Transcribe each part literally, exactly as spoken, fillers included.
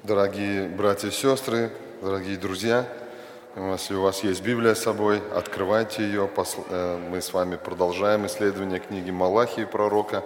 Дорогие братья и сестры, дорогие друзья, если у вас есть Библия с собой, открывайте ее. Мы с вами продолжаем исследование книги Малахии пророка.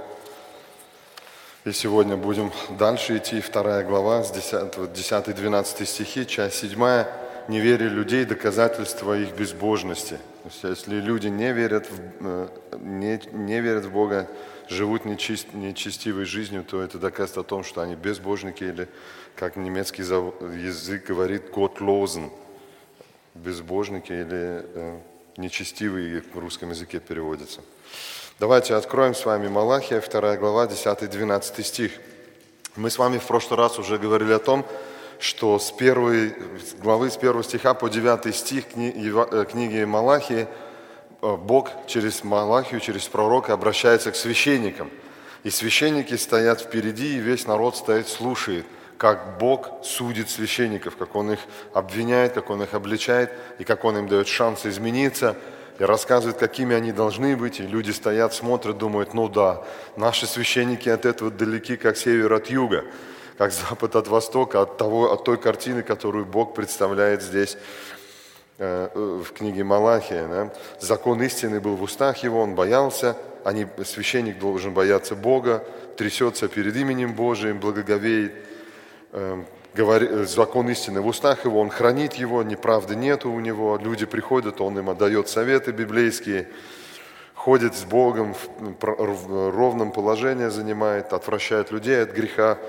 И сегодня будем дальше идти. Вторая глава, с десятого-двенадцатого стихи, часть седьмая. «Неверие людей – доказательство их безбожности». То есть, если люди не верят в, не, не верят в Бога, живут нечист, нечестивой жизнью, то это доказывает о том, что они безбожники, или, как немецкий язык говорит, «gottlosen», безбожники или э, нечестивые в русском языке переводится. Давайте откроем с вами Малахия, вторая глава, десятый-двенадцатый стих. Мы с вами в прошлый раз уже говорили о том, что с первой главы, с первого стиха по девятый стих книги Малахии Бог через Малахию, через пророка обращается к священникам. И священники стоят впереди, и весь народ стоит, слушает, как Бог судит священников, как Он их обвиняет, как Он их обличает, и как Он им дает шанс измениться, и рассказывает, какими они должны быть. И люди стоят, смотрят, думают, ну да, наши священники от этого далеки, как север от юга, как запад от востока, от, того, от той картины, которую Бог представляет здесь э, в книге Малахия. Да? Закон истины был в устах его, он боялся. Они, священник должен бояться Бога, трясется перед именем Божиим, благоговеет. Э, говорит, закон истины в устах его, он хранит его, неправды нету у него. Люди приходят, он им отдает советы библейские, ходит с Богом, в ровном положении занимает, отвращает людей от греха,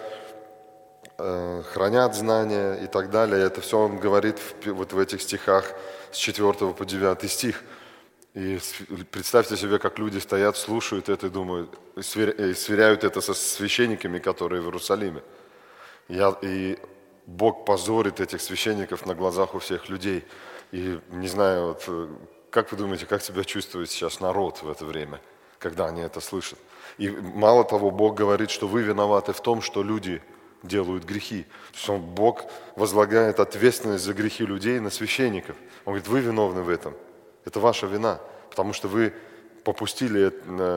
хранят знания и так далее. Это все он говорит в, вот в этих стихах с четвёртого по девятый стих. И представьте себе, как люди стоят, слушают это и думают, и сверяют это со священниками, которые в Иерусалиме. Я, и Бог позорит этих священников на глазах у всех людей. И не знаю, вот, как вы думаете, как себя чувствует сейчас народ в это время, когда они это слышат? И мало того, Бог говорит, что вы виноваты в том, что люди делают грехи. То есть он, Бог возлагает ответственность за грехи людей на священников. Он говорит, вы виновны в этом. Это ваша вина, потому что вы попустили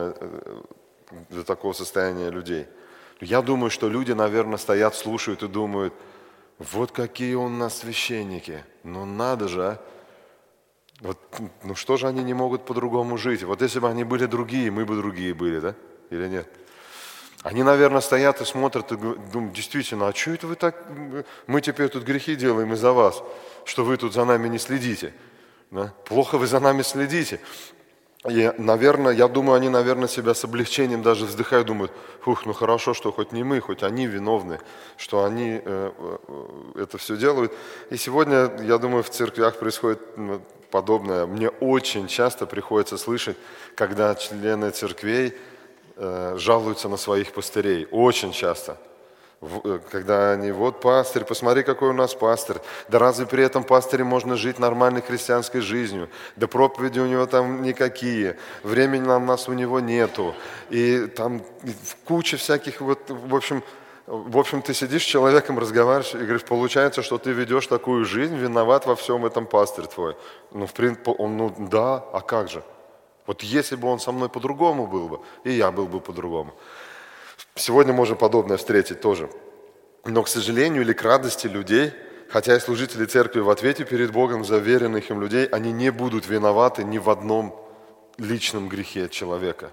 до такого состояния людей. Я думаю, что люди, наверное, стоят, слушают и думают, вот какие у нас священники. Ну надо же, а. Вот, ну что же они не могут по-другому жить? Вот если бы они были другие, мы бы другие были, да? Или нет? Они, наверное, стоят и смотрят и думают, действительно, а что это вы так, мы теперь тут грехи делаем из-за вас, что вы тут за нами не следите. Да? Плохо вы за нами следите. И, наверное, я думаю, они, наверное, себя с облегчением даже вздыхают, думают, фух, ну хорошо, что хоть не мы, хоть они виновны, что они э, э, это все делают. И сегодня, я думаю, в церквях происходит подобное. Мне очень часто приходится слышать, когда члены церквей жалуются на своих пастырей. Очень часто. Когда они, вот пастырь, посмотри, какой у нас пастырь. Да разве при этом пастыре можно жить нормальной христианской жизнью? Да проповеди у него там никакие. Времени на нас у него нету. И там куча всяких, вот, в общем, в общем, ты сидишь с человеком, разговариваешь и говоришь, получается, что ты ведешь такую жизнь, виноват во всем этом пастырь твой. Ну, в принципе, он, ну да, а как же? Вот если бы он со мной по-другому был бы, и я был бы по-другому. Сегодня можем подобное встретить тоже. Но, к сожалению или к радости людей, хотя и служители церкви в ответе перед Богом за веренных им людей, они не будут виноваты ни в одном личном грехе человека.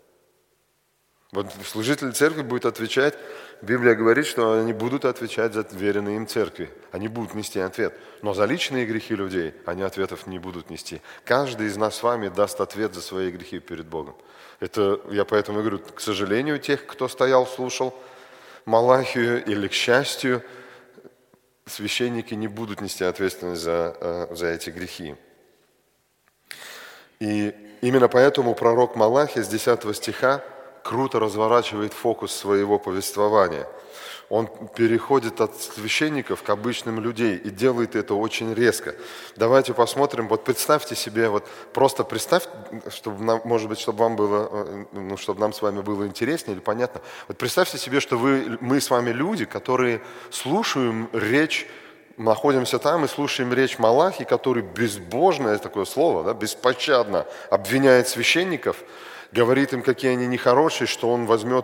Вот служитель церкви будет отвечать, Библия говорит, что они будут отвечать за веренные им церкви. Они будут нести ответ. Но за личные грехи людей они ответов не будут нести. Каждый из нас с вами даст ответ за свои грехи перед Богом. Это, я поэтому говорю, к сожалению, тех, кто стоял, слушал Малахию, или к счастью, священники не будут нести ответственность за, за эти грехи. И именно поэтому пророк Малахия с десятого стиха круто разворачивает фокус своего повествования. Он переходит от священников к обычным людям и делает это очень резко. Давайте посмотрим, вот представьте себе, вот просто представьте, чтобы нам, может быть, чтобы вам было, ну, чтобы нам с вами было интереснее или понятно. Вот представьте себе, что вы, мы с вами люди, которые слушаем речь, находимся там и слушаем речь Малахии, который безбожное такое слово, да, беспощадно обвиняет священников, говорит им, какие они нехорошие, что он возьмет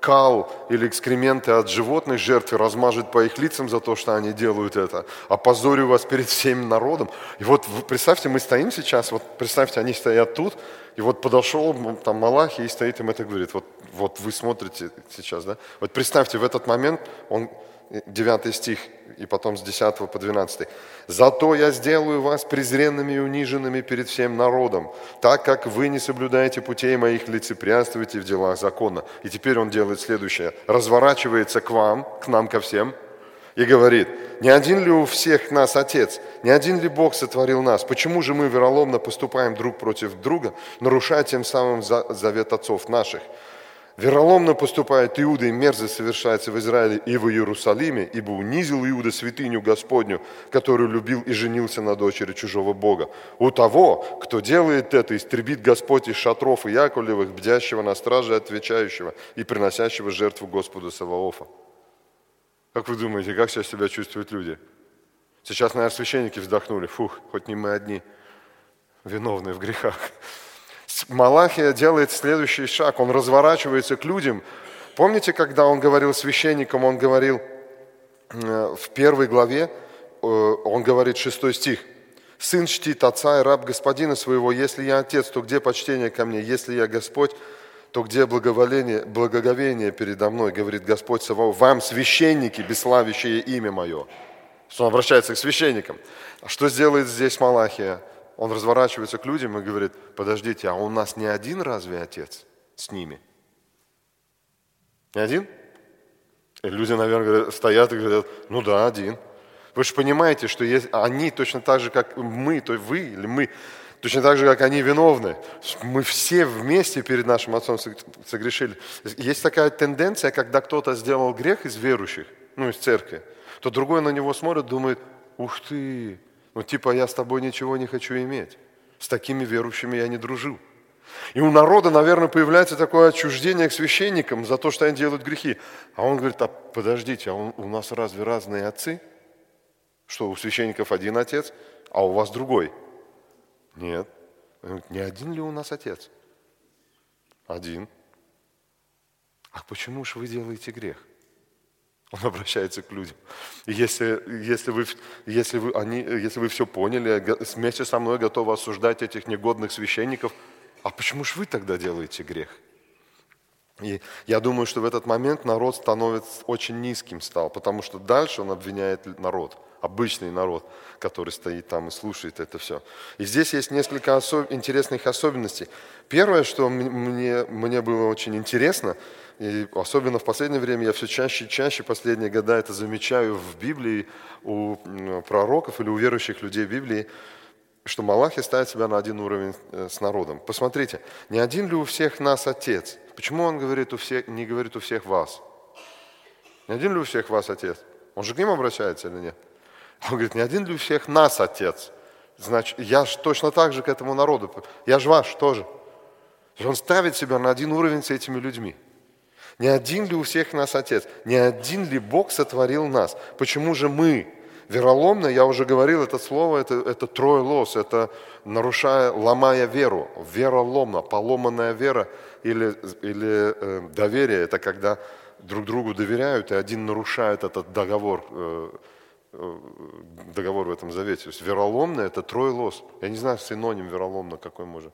кал или экскременты от животных жертвы, размажет по их лицам за то, что они делают это. Опозорю вас перед всем народом. И вот вы представьте, мы стоим сейчас, вот представьте, они стоят тут, и вот подошел там Малахи и стоит им это говорит. Вот, вот вы смотрите сейчас, да? Вот представьте, в этот момент он... девятый стих, и потом с десятого по двенадцатый. «Зато я сделаю вас презренными и униженными перед всем народом, так как вы не соблюдаете путей моих, лицеприятствуете в делах закона». И теперь он делает следующее. Разворачивается к вам, к нам, ко всем, и говорит: «Не один ли у всех нас Отец? Не один ли Бог сотворил нас? Почему же мы вероломно поступаем друг против друга, нарушая тем самым завет отцов наших? Вероломно поступает Иуда, и мерзость совершается в Израиле и в Иерусалиме, ибо унизил Иуда святыню Господню, которую любил и женился на дочери чужого Бога. У того, кто делает это, истребит Господь из шатров и Яковлевых, бдящего на страже, отвечающего и приносящего жертву Господу Саваофа». Как вы думаете, как сейчас себя чувствуют люди? Сейчас, наверное, священники вздохнули: фух, хоть не мы одни виновные в грехах. Малахия делает следующий шаг, он разворачивается к людям. Помните, когда он говорил священникам, он говорил в первой главе, он говорит, шестой стих: «Сын чтит отца и раб господина своего, если я отец, то где почтение ко мне? Если я Господь, то где благоволение, благоговение передо мной, говорит Господь Саваоф, вам, священники, бесславящие имя мое». Он обращается к священникам. А что сделает здесь Малахия? Он разворачивается к людям и говорит: подождите, а у нас не один разве Отец с ними? Не один? И люди, наверное, стоят и говорят: ну да, один. Вы же понимаете, что есть, они точно так же, как мы, то вы или мы, точно так же, как они виновны. Мы все вместе перед нашим Отцом согрешили. Есть такая тенденция, когда кто-то сделал грех из верующих, ну, из церкви, то другой на него смотрит, думает: ух ты, ну типа я с тобой ничего не хочу иметь. С такими верующими я не дружу. И у народа, наверное, появляется такое отчуждение к священникам за то, что они делают грехи. А он говорит: а подождите, а у нас разве разные отцы? Что, у священников один отец, а у вас другой? Нет. Он говорит: не один ли у нас отец? Один. А почему же вы делаете грех? Он обращается к людям. И если, если, вы, если, вы, они, если вы все поняли, вместе со мной готовы осуждать этих негодных священников, а почему же вы тогда делаете грех? И я думаю, что в этот момент народ становится очень низким стал, потому что дальше он обвиняет народ, обычный народ, который стоит там и слушает это все. И здесь есть несколько особ... интересных особенностей. Первое, что мне, мне было очень интересно, и особенно в последнее время, я все чаще и чаще, последние года это замечаю в Библии у пророков или у верующих людей Библии, что Малахия ставит себя на один уровень с народом. Посмотрите, не один ли у всех нас Отец? Почему он говорит у всех, не говорит у всех вас? Не один ли у всех вас Отец? Он же к ним обращается или нет? Он говорит: не один ли у всех нас Отец? Значит, я же точно так же к этому народу. Я же ваш тоже. Он ставит себя на один уровень с этими людьми. Не один ли у всех нас Отец? Не один ли Бог сотворил нас? Почему же мы вероломно, я уже говорил, это слово, это, это троелос, это нарушая, ломая веру, вероломно, поломанная вера или, или э, доверие, это когда друг другу доверяют, и один нарушает этот договор, э, э, договор в этом завете. То есть вероломно – это троелос. Я не знаю, синоним вероломно какой может.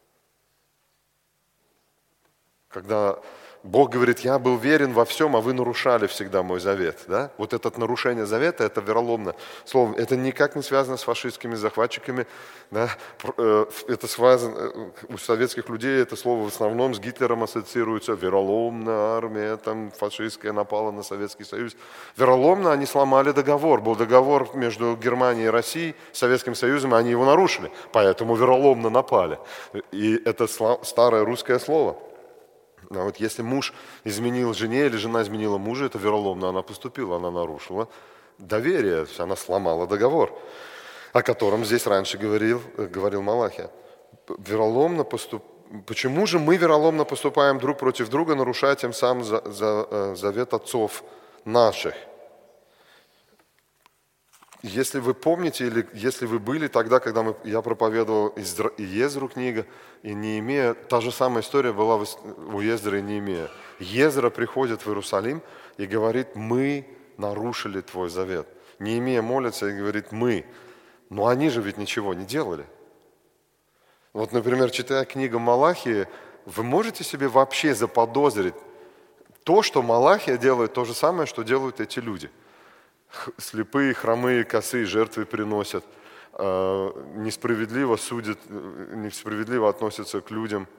Когда Бог говорит: я был верен во всем, а вы нарушали всегда мой завет. Да? Вот это нарушение завета, это вероломно. Словом, это никак не связано с фашистскими захватчиками. Да? Это связано, у советских людей это слово в основном с Гитлером ассоциируется. Вероломно, армия там, фашистская напала на Советский Союз. Вероломно они сломали договор. Был договор между Германией и Россией, Советским Союзом, и они его нарушили. Поэтому вероломно напали. И это старое русское слово. А вот если муж изменил жене или жена изменила мужа, это вероломно она поступила, она нарушила доверие, она сломала договор, о котором здесь раньше говорил, говорил Малахия. Вероломно поступ... Почему же мы вероломно поступаем друг против друга, нарушая тем самым за, за, завет отцов наших? Если вы помните, или если вы были тогда, когда мы, я проповедовал из Езру книга, и Неемия, та же самая история была у Езра и Неемия. Езра приходит в Иерусалим и говорит: мы нарушили твой завет. Неемия молится и говорит: мы. Но они же ведь ничего не делали. Вот, например, читая книгу Малахии, вы можете себе вообще заподозрить то, что Малахия делает, то же самое, что делают эти люди. Слепые, хромые, косые жертвы приносят, несправедливо судят, несправедливо относятся к людям,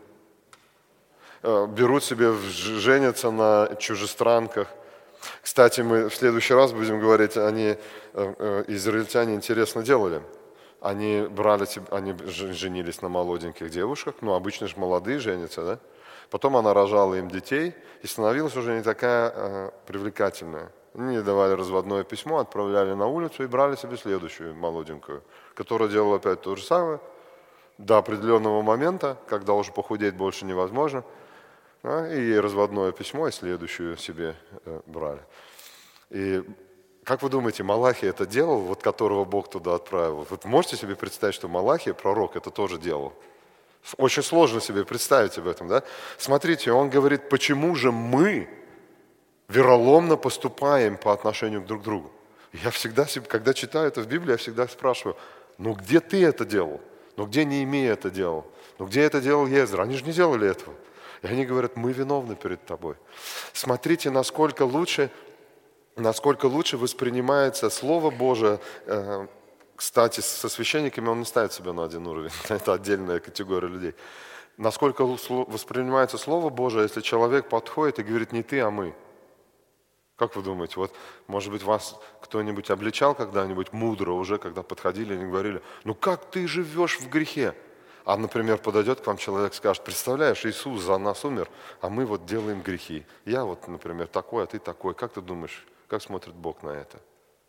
берут себе, женятся на чужестранках. Кстати, мы в следующий раз будем говорить, они, израильтяне, интересно делали. Они брали, они женились на молоденьких девушках, ну, обычно же молодые женятся, да? Потом она рожала им детей и становилась уже не такая э, привлекательная. Они давали разводное письмо, отправляли на улицу и брали себе следующую молоденькую, которая делала опять то же самое до определенного момента, когда уже похудеть больше невозможно, да? И разводное письмо, и следующую себе э, брали. И как вы думаете, Малахия это делал, вот которого Бог туда отправил? Вы можете себе представить, что Малахия, пророк, это тоже делал? Очень сложно себе представить об этом, да? Смотрите, он говорит: почему же мы вероломно поступаем по отношению друг к другу? Я всегда, когда читаю это в Библии, я всегда спрашиваю: ну где ты это делал? Ну где Неемия это делал? Ну где это делал Езра? Они же не делали этого. И они говорят: мы виновны перед тобой. Смотрите, насколько лучше, насколько лучше воспринимается Слово Божие. Кстати, со священниками он не ставит себя на один уровень. Это отдельная категория людей. Насколько воспринимается Слово Божие, если человек подходит и говорит: не ты, а мы. Как вы думаете, вот, может быть, вас кто-нибудь обличал когда-нибудь мудро уже, когда подходили и говорили: ну как ты живешь в грехе? А, например, подойдет к вам человек и скажет: представляешь, Иисус за нас умер, а мы вот делаем грехи. Я вот, например, такой, а ты такой. Как ты думаешь, как смотрит Бог на это?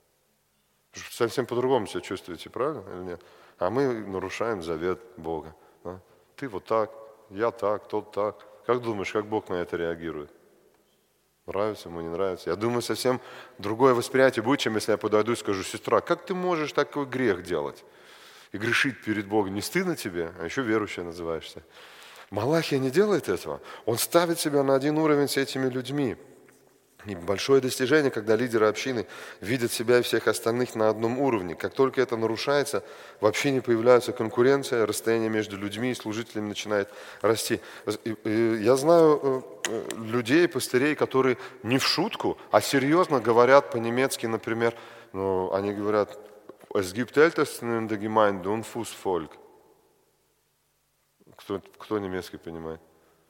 Совсем по-другому себя чувствуете, правильно или нет? А мы нарушаем завет Бога. Да? Ты вот так, я так, тот так. Как думаешь, как Бог на это реагирует? Нравится ему, не нравится? Я думаю, совсем другое восприятие будет, чем если я подойду и скажу: сестра, как ты можешь такой грех делать? И грешить перед Богом не стыдно тебе? А еще верующая называешься. Малахия не делает этого. Он ставит себя на один уровень с этими людьми. И большое достижение, когда лидеры общины видят себя и всех остальных на одном уровне. Как только это нарушается, вообще не появляется конкуренция, расстояние между людьми и служителями начинает расти. Я знаю людей, пастырей, которые не в шутку, а серьезно говорят по-немецки, например, ну, они говорят: «Es gibt Ältesten in der Gemeinde und Fußvolk». Кто, кто немецкий понимает?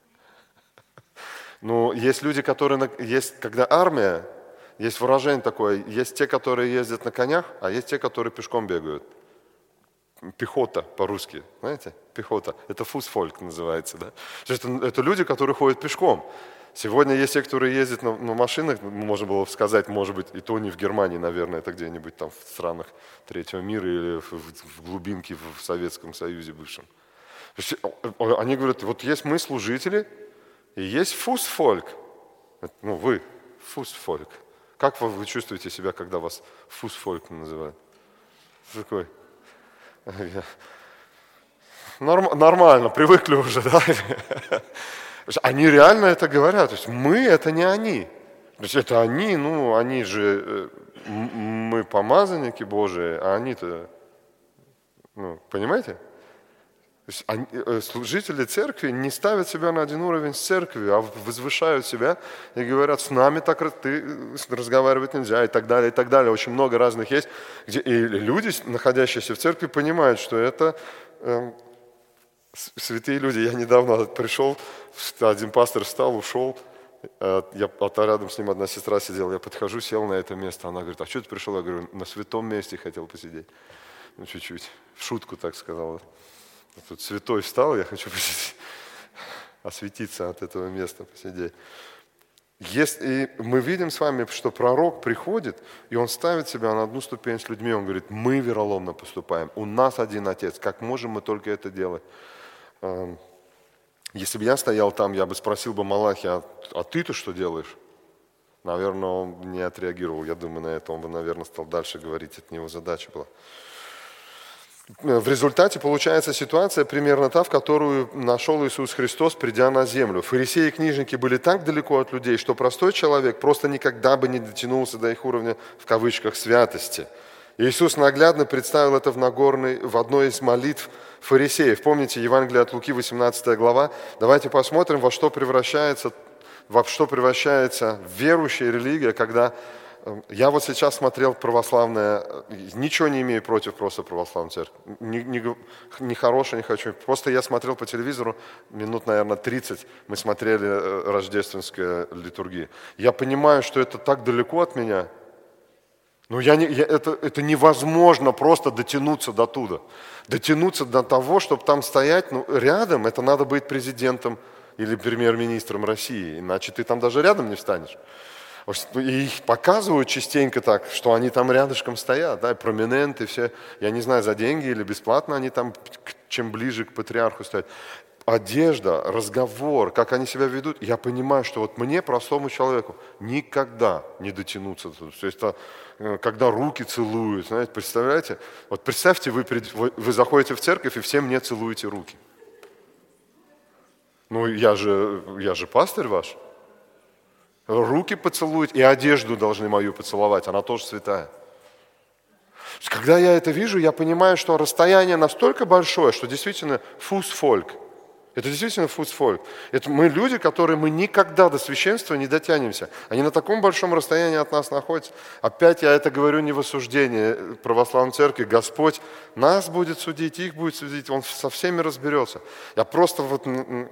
Ну, есть люди, которые, есть, когда армия, есть выражение такое: есть те, которые ездят на конях, а есть те, которые пешком бегают. Пехота по-русски, знаете, пехота. Это фусфольк называется, да. Это, это люди, которые ходят пешком. Сегодня есть те, которые ездят на, на машинах, можно было бы сказать, может быть, и то не в Германии, наверное, это где-нибудь там в странах третьего мира или в, в глубинке в Советском Союзе бывшем. Они говорят: вот есть мы, служители, и есть фусфольк. Ну, вы, фусфольк. Как вы, вы чувствуете себя, когда вас фусфольк называют? Такой. Норм, нормально, привыкли уже, да? Они реально это говорят. То есть мы — это не они. То есть это они, ну, они же, мы помазанники Божии, а они-то, ну, понимаете? То есть они, служители церкви не ставят себя на один уровень с церковью, а возвышают себя и говорят: с нами так ты, разговаривать нельзя, и так далее, и так далее. Очень много разных есть. Где, и люди, находящиеся в церкви, понимают, что это э, святые люди. Я недавно пришел, один пастор встал, ушел, э, я, а рядом с ним одна сестра сидела, я подхожу, сел на это место, она говорит: а что ты пришел? Я говорю: на святом месте хотел посидеть. Ну, чуть-чуть, в шутку так сказала. Тут святой встал, я хочу посидеть, осветиться от этого места, посидеть. Если мы видим с вами, что пророк приходит, и он ставит себя на одну ступень с людьми, он говорит: мы вероломно поступаем, у нас один Отец, как можем мы только это делать? Если бы я стоял там, я бы спросил бы Малахия: а, а ты-то что делаешь? Наверное, он не отреагировал, я думаю, на это. Он бы, наверное, стал дальше говорить, это не его задача была. В результате получается ситуация примерно та, в которую нашел Иисус Христос, придя на землю. Фарисеи и книжники были так далеко от людей, что простой человек просто никогда бы не дотянулся до их уровня, в кавычках, святости. Иисус наглядно представил это в Нагорной, в одной из молитв фарисеев. Помните Евангелие от Луки, восемнадцатая глава? Давайте посмотрим, во что превращается, во что превращается верующая религия, когда... Я вот сейчас смотрел православное, ничего не имею против просто православной церкви, ни, ни, ни хорошего не хочу, просто я смотрел по телевизору, минут, наверное, тридцать мы смотрели рождественскую литургию. Я понимаю, что это так далеко от меня, но я не, я, это, это невозможно просто дотянуться до туда. Дотянуться до того, чтобы там стоять, ну, рядом, это надо быть президентом или премьер-министром России, иначе ты там даже рядом не встанешь. И их показывают частенько так, что они там рядышком стоят, да, проминенты все, я не знаю, за деньги или бесплатно они там, чем ближе к патриарху стоят. Одежда, разговор, как они себя ведут, я понимаю, что вот мне, простому человеку, никогда не дотянуться. То есть это, когда руки целуют, знаете, представляете? Вот представьте, вы, вы, вы заходите в церковь и все мне целуете руки. Ну, я же, я же пастырь ваш. Руки поцелуют и одежду должны мою поцеловать, она тоже святая. Когда я это вижу, я понимаю, что расстояние настолько большое, что действительно фусфольк. Это действительно фусфольк. Это мы люди, которые мы никогда до священства не дотянемся. Они на таком большом расстоянии от нас находятся. Опять я это говорю не в осуждении православной церкви. Господь нас будет судить, их будет судить, Он со всеми разберется. Я просто вот...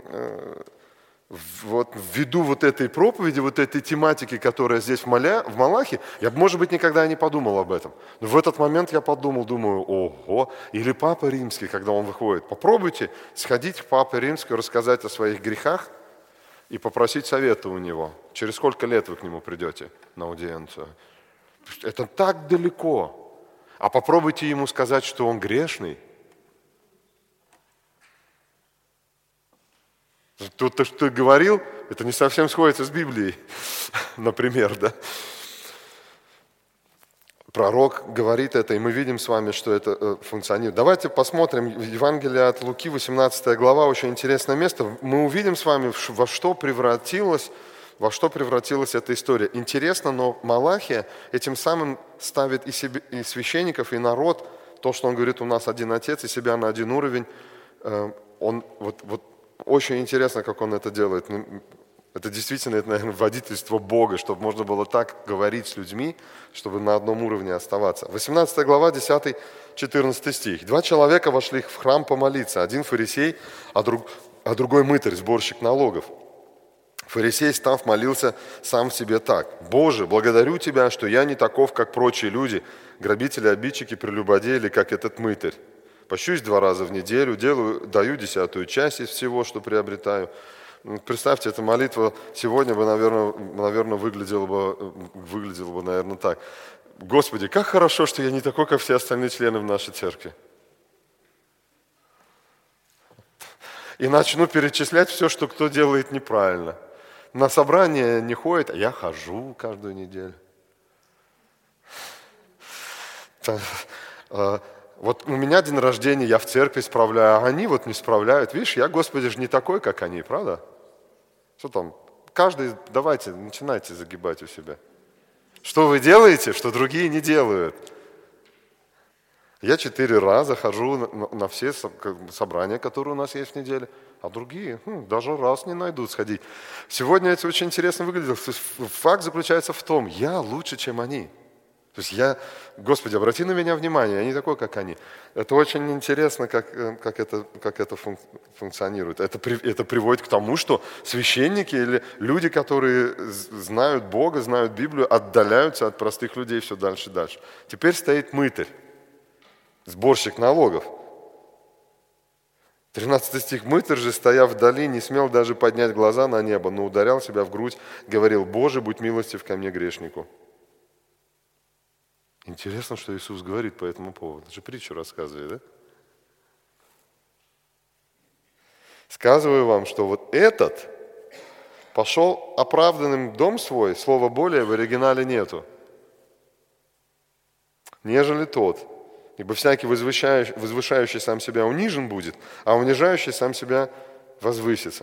Вот ввиду вот этой проповеди, вот этой тематики, которая здесь в, Маля, в Малахе, я бы, может быть, никогда и не подумал об этом. Но в этот момент я подумал, думаю, ого, или Папа Римский, когда он выходит. Попробуйте сходить к Папе Римскому, рассказать о своих грехах и попросить совета у него. Через сколько лет вы к нему придете на аудиенцию? Это так далеко. А попробуйте ему сказать, что он грешный. То, то, что ты говорил, это не совсем сходится с Библией, например, да. Пророк говорит это, и мы видим с вами, что это функционирует. Давайте посмотрим Евангелие от Луки, восемнадцатая глава, очень интересное место. Мы увидим с вами, во что превратилась, во что превратилась эта история. Интересно, но Малахия этим самым ставит и, себе, и священников, и народ, то, что он говорит, у нас один Отец, и себя на один уровень, он вот, вот очень интересно, как он это делает. Это действительно, это, наверное, водительство Бога, чтобы можно было так говорить с людьми, чтобы на одном уровне оставаться. восемнадцатая глава, десятый-четырнадцатый стих. Два человека вошли в храм помолиться. Один фарисей, а, друг, а другой мытарь, сборщик налогов. Фарисей, став, молился сам в себе так. «Боже, благодарю Тебя, что я не таков, как прочие люди, грабители, обидчики, прелюбодеи, как этот мытарь. Пощусь два раза в неделю, делаю, даю десятую часть из всего, что приобретаю». Представьте, эта молитва сегодня бы, наверное, наверное выглядела бы, выглядела бы, наверное, так. «Господи, как хорошо, что я не такой, как все остальные члены в нашей церкви». И начну перечислять все, что кто делает неправильно. На собрание не ходит, а я хожу каждую неделю. Вот у меня день рождения, я в церкви справляю, а они вот не справляют. Видишь, я, Господи, же не такой, как они, правда? Что там? Каждый, давайте, начинайте загибать у себя. Что вы делаете, что другие не делают? Я четыре раза хожу на, на все собрания, которые у нас есть в неделе, а другие хм, даже раз не найдут сходить. Сегодня это очень интересно выглядело. Факт заключается в том, я лучше, чем они. То есть я, Господи, обрати на меня внимание, я не такой, как они. Это очень интересно, как, как это, как это функционирует. Это, это приводит к тому, что священники или люди, которые знают Бога, знают Библию, отдаляются от простых людей все дальше и дальше. Теперь стоит мытарь, сборщик налогов. тринадцатый стих. «Мытарь же, стоя вдали, не смел даже поднять глаза на небо, но ударял себя в грудь, говорил: Боже, будь милостив ко мне, грешнику». Интересно, что Иисус говорит по этому поводу. Это же притчу рассказывает, да? Сказываю вам, что вот этот пошел оправданным в дом свой, слова более в оригинале нету, нежели тот. Ибо всякий возвышающий, возвышающий сам себя унижен будет, а унижающий сам себя возвысится.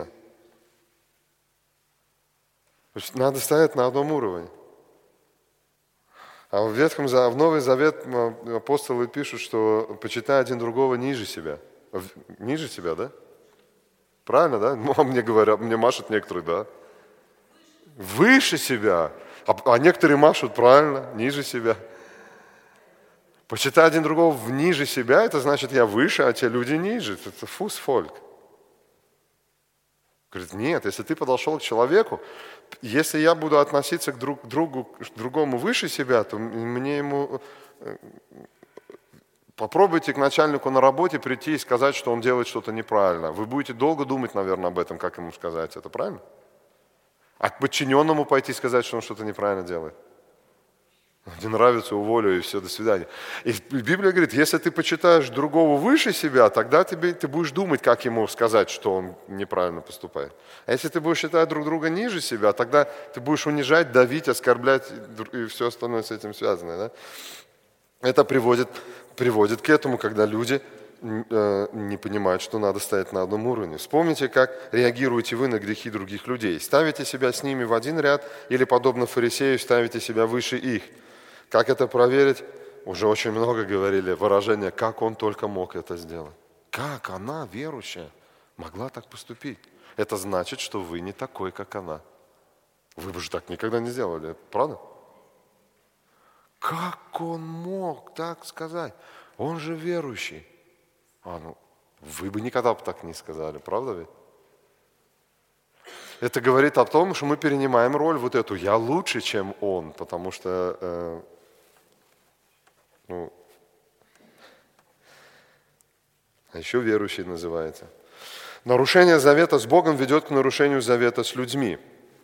То есть надо стоять на одном уровне. А в Ветхом, в Новый Завет апостолы пишут, что почитай один другого ниже себя. Ниже себя, да? Правильно, да? Ну, а мне говорят, мне машут некоторые, да? Выше себя. А, а некоторые машут правильно, ниже себя. Почитай один другого ниже себя, это значит, я выше, а те люди ниже. Это фусфольк. Говорит, нет, если ты подошел к человеку, если я буду относиться к друг, другу, к другому выше себя, то мне ему... Попробуйте к начальнику на работе прийти и сказать, что он делает что-то неправильно. Вы будете долго думать, наверное, об этом, как ему сказать. Это правильно? А к подчиненному пойти сказать, что он что-то неправильно делает. Не нравится, уволю, и все, до свидания. И Библия говорит, если ты почитаешь другого выше себя, тогда тебе, ты будешь думать, как ему сказать, что он неправильно поступает. А если ты будешь считать друг друга ниже себя, тогда ты будешь унижать, давить, оскорблять и все остальное с этим связано. Да? Это приводит, приводит к этому, когда люди э, не понимают, что надо стоять на одном уровне. Вспомните, как реагируете вы на грехи других людей. Ставите себя с ними в один ряд или, подобно фарисею, ставите себя выше их. Как это проверить? Уже очень много говорили выражение, как он только мог это сделать. Как она, верующая, могла так поступить? Это значит, что вы не такой, как она. Вы бы же так никогда не сделали, правда? Как он мог так сказать? Он же верующий. А, ну, вы бы никогда бы так не сказали, правда ведь? Это говорит о том, что мы перенимаем роль вот эту «я лучше, чем он», потому что э, ну, а еще верующий называется. Нарушение завета с Богом ведет к нарушению завета с людьми.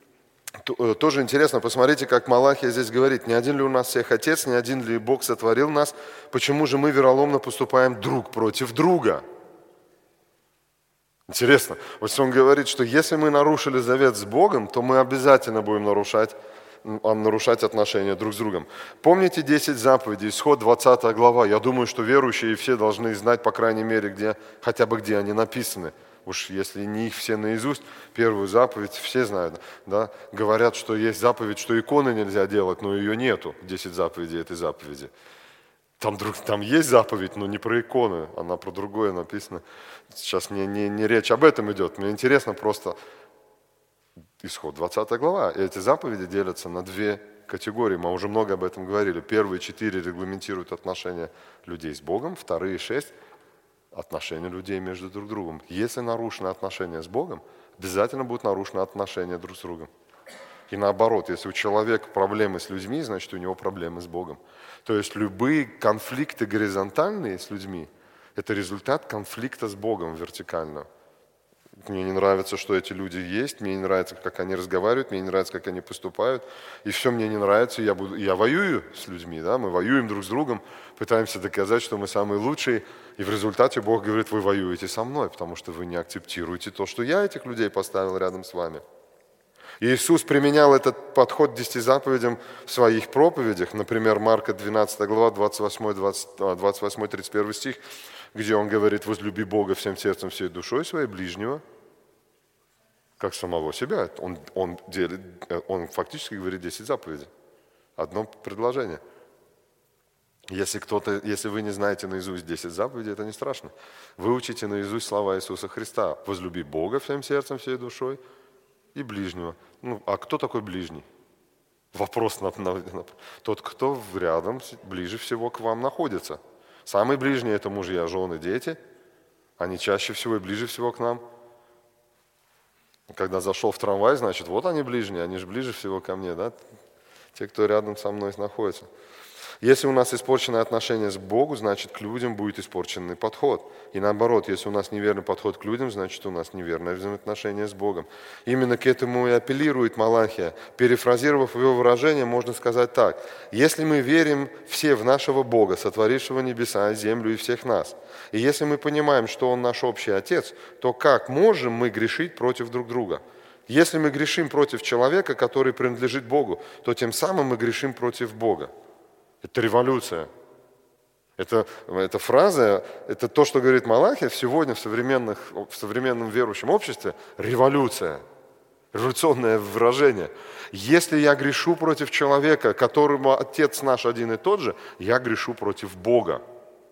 Тоже интересно, посмотрите, как Малахия здесь говорит, не один ли у нас всех Отец, не один ли Бог сотворил нас, почему же мы вероломно поступаем друг против друга? Интересно, вот он говорит, что если мы нарушили завет с Богом, то мы обязательно будем нарушать, нарушать отношения друг с другом. Помните десять заповедей, Исход двадцатая глава, я думаю, что верующие все должны знать, по крайней мере, где, хотя бы где они написаны. Уж если не их все наизусть, первую заповедь все знают. Да? Говорят, что есть заповедь, что иконы нельзя делать, но ее нету, десять заповедей этой заповеди. Там, там есть заповедь, но не про иконы, она про другое написана. Сейчас не, не, не речь об этом идет. Мне интересно просто Исход двадцатая глава. И эти заповеди делятся на две категории. Мы уже много об этом говорили. Первые четыре регламентируют отношения людей с Богом, вторые шесть отношения людей между друг другом. Если нарушены отношения с Богом, обязательно будут нарушены отношения друг с другом. И наоборот, если у человека проблемы с людьми, значит у него проблемы с Богом. То есть любые конфликты горизонтальные с людьми – это результат конфликта с Богом вертикального. Мне не нравится, что эти люди есть, мне не нравится, как они разговаривают, мне не нравится, как они поступают. И все мне не нравится, я, буду, я воюю с людьми, да? Мы воюем друг с другом, пытаемся доказать, что мы самые лучшие. И в результате Бог говорит, вы воюете со мной, потому что вы не акцептируете то, что я этих людей поставил рядом с вами. И Иисус применял этот подход к десяти заповедям в своих проповедях. Например, Марка двенадцатая глава, двадцать восьмой тридцать первый стих, где он говорит, возлюби Бога всем сердцем, всей душой своей, ближнего, как самого себя. Он, он, делит, он фактически говорит десять заповедей. Одно предложение. Если, кто-то, если вы не знаете наизусть десять заповедей, это не страшно. Выучите наизусть слова Иисуса Христа. Возлюби Бога всем сердцем, всей душой и ближнего. Ну, а кто такой ближний? Вопрос на, на, на тот, кто рядом, ближе всего к вам находится. Самые ближние – это мужья, жены, дети. Они чаще всего и ближе всего к нам. Когда зашел в трамвай, значит, вот они ближние, они же ближе всего ко мне, да? Те, кто рядом со мной находится. Если у нас испорченное отношение с Богом, значит, к людям будет испорченный подход. И наоборот, если у нас неверный подход к людям, значит, у нас неверное взаимоотношение с Богом. Именно к этому и апеллирует Малахия. Перефразировав его выражение, можно сказать так. Если мы верим все в нашего Бога, сотворившего небеса, землю и всех нас, и если мы понимаем, что Он наш общий Отец, то как можем мы грешить против друг друга? Если мы грешим против человека, который принадлежит Богу, то тем самым мы грешим против Бога. Это революция. Это, эта фраза, это то, что говорит Малахия сегодня в, современных, в современном верующем обществе, революция, революционное выражение. Если я грешу против человека, которому Отец наш один и тот же, я грешу против Бога.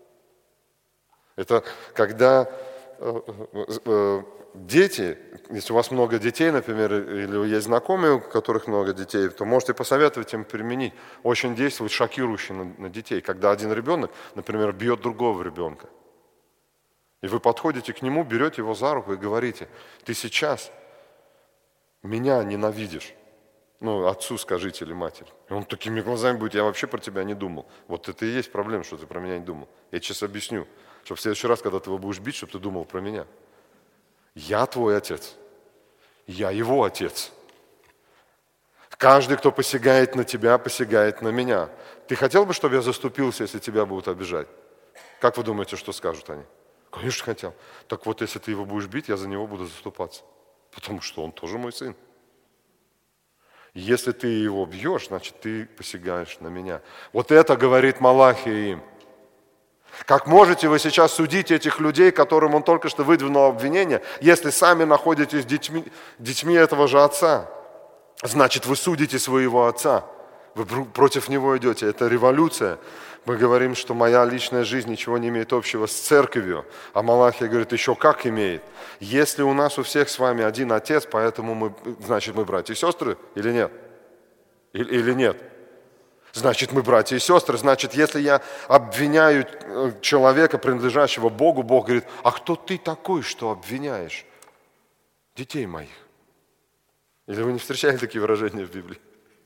Это когда э, э, дети, если у вас много детей, например, или есть знакомые, у которых много детей, то можете посоветовать им применить. Очень действует шокирующе на, на детей, когда один ребенок, например, бьет другого ребенка. И вы подходите к нему, берете его за руку и говорите: ты сейчас меня ненавидишь. Ну, отцу скажите или матери. И он такими глазами будет: я вообще про тебя не думал. Вот это и есть проблема, что ты про меня не думал. Я сейчас объясню, чтобы в следующий раз, когда ты его будешь бить, чтобы ты думал про меня. Я твой отец. Я его отец. Каждый, кто посягает на тебя, посягает на меня. Ты хотел бы, чтобы я заступился, если тебя будут обижать? Как вы думаете, что скажут они? Конечно, хотел. Так вот, если ты его будешь бить, я за него буду заступаться. Потому что он тоже мой сын. Если ты его бьешь, значит, ты посягаешь на меня. Вот это говорит Малахия им. Как можете вы сейчас судить этих людей, которым он только что выдвинул обвинение, если сами находитесь детьми, детьми этого же отца? Значит, вы судите своего отца. Вы против него идете. Это революция. Мы говорим, что моя личная жизнь ничего не имеет общего с церковью. А Малахия говорит, еще как имеет. Если у нас у всех с вами один отец, поэтому мы, значит, мы братья и сестры или нет? Или, или нет? Значит, мы братья и сестры. Значит, если я обвиняю человека, принадлежащего Богу, Бог говорит: а кто ты такой, что обвиняешь детей моих? Или вы не встречали такие выражения в Библии?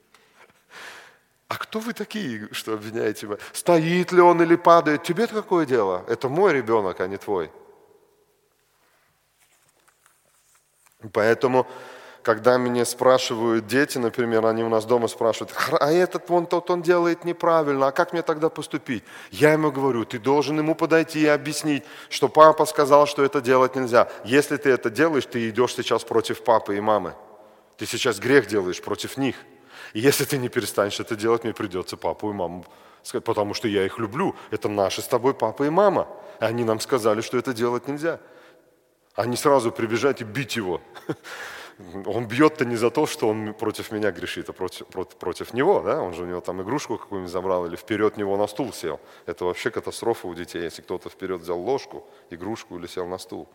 А кто вы такие, что обвиняете меня? Стоит ли он или падает? Тебе-то какое дело? Это мой ребенок, а не твой. Поэтому, когда меня спрашивают дети, например, они у нас дома спрашивают: а этот вон тот он делает неправильно, а как мне тогда поступить? Я ему говорю: ты должен ему подойти и объяснить, что папа сказал, что это делать нельзя. Если ты это делаешь, ты идешь сейчас против папы и мамы. Ты сейчас грех делаешь против них. И если ты не перестанешь это делать, мне придется папу и маму сказать, потому что я их люблю. Это наши с тобой папа и мама. И они нам сказали, что это делать нельзя. Они сразу прибежать и бить его. Он бьет-то не за то, что он против меня грешит, а против, против, против него. Да? Он же у него там игрушку какую-нибудь забрал или вперед него на стул сел. Это вообще катастрофа у детей, если кто-то вперед взял ложку, игрушку или сел на стул.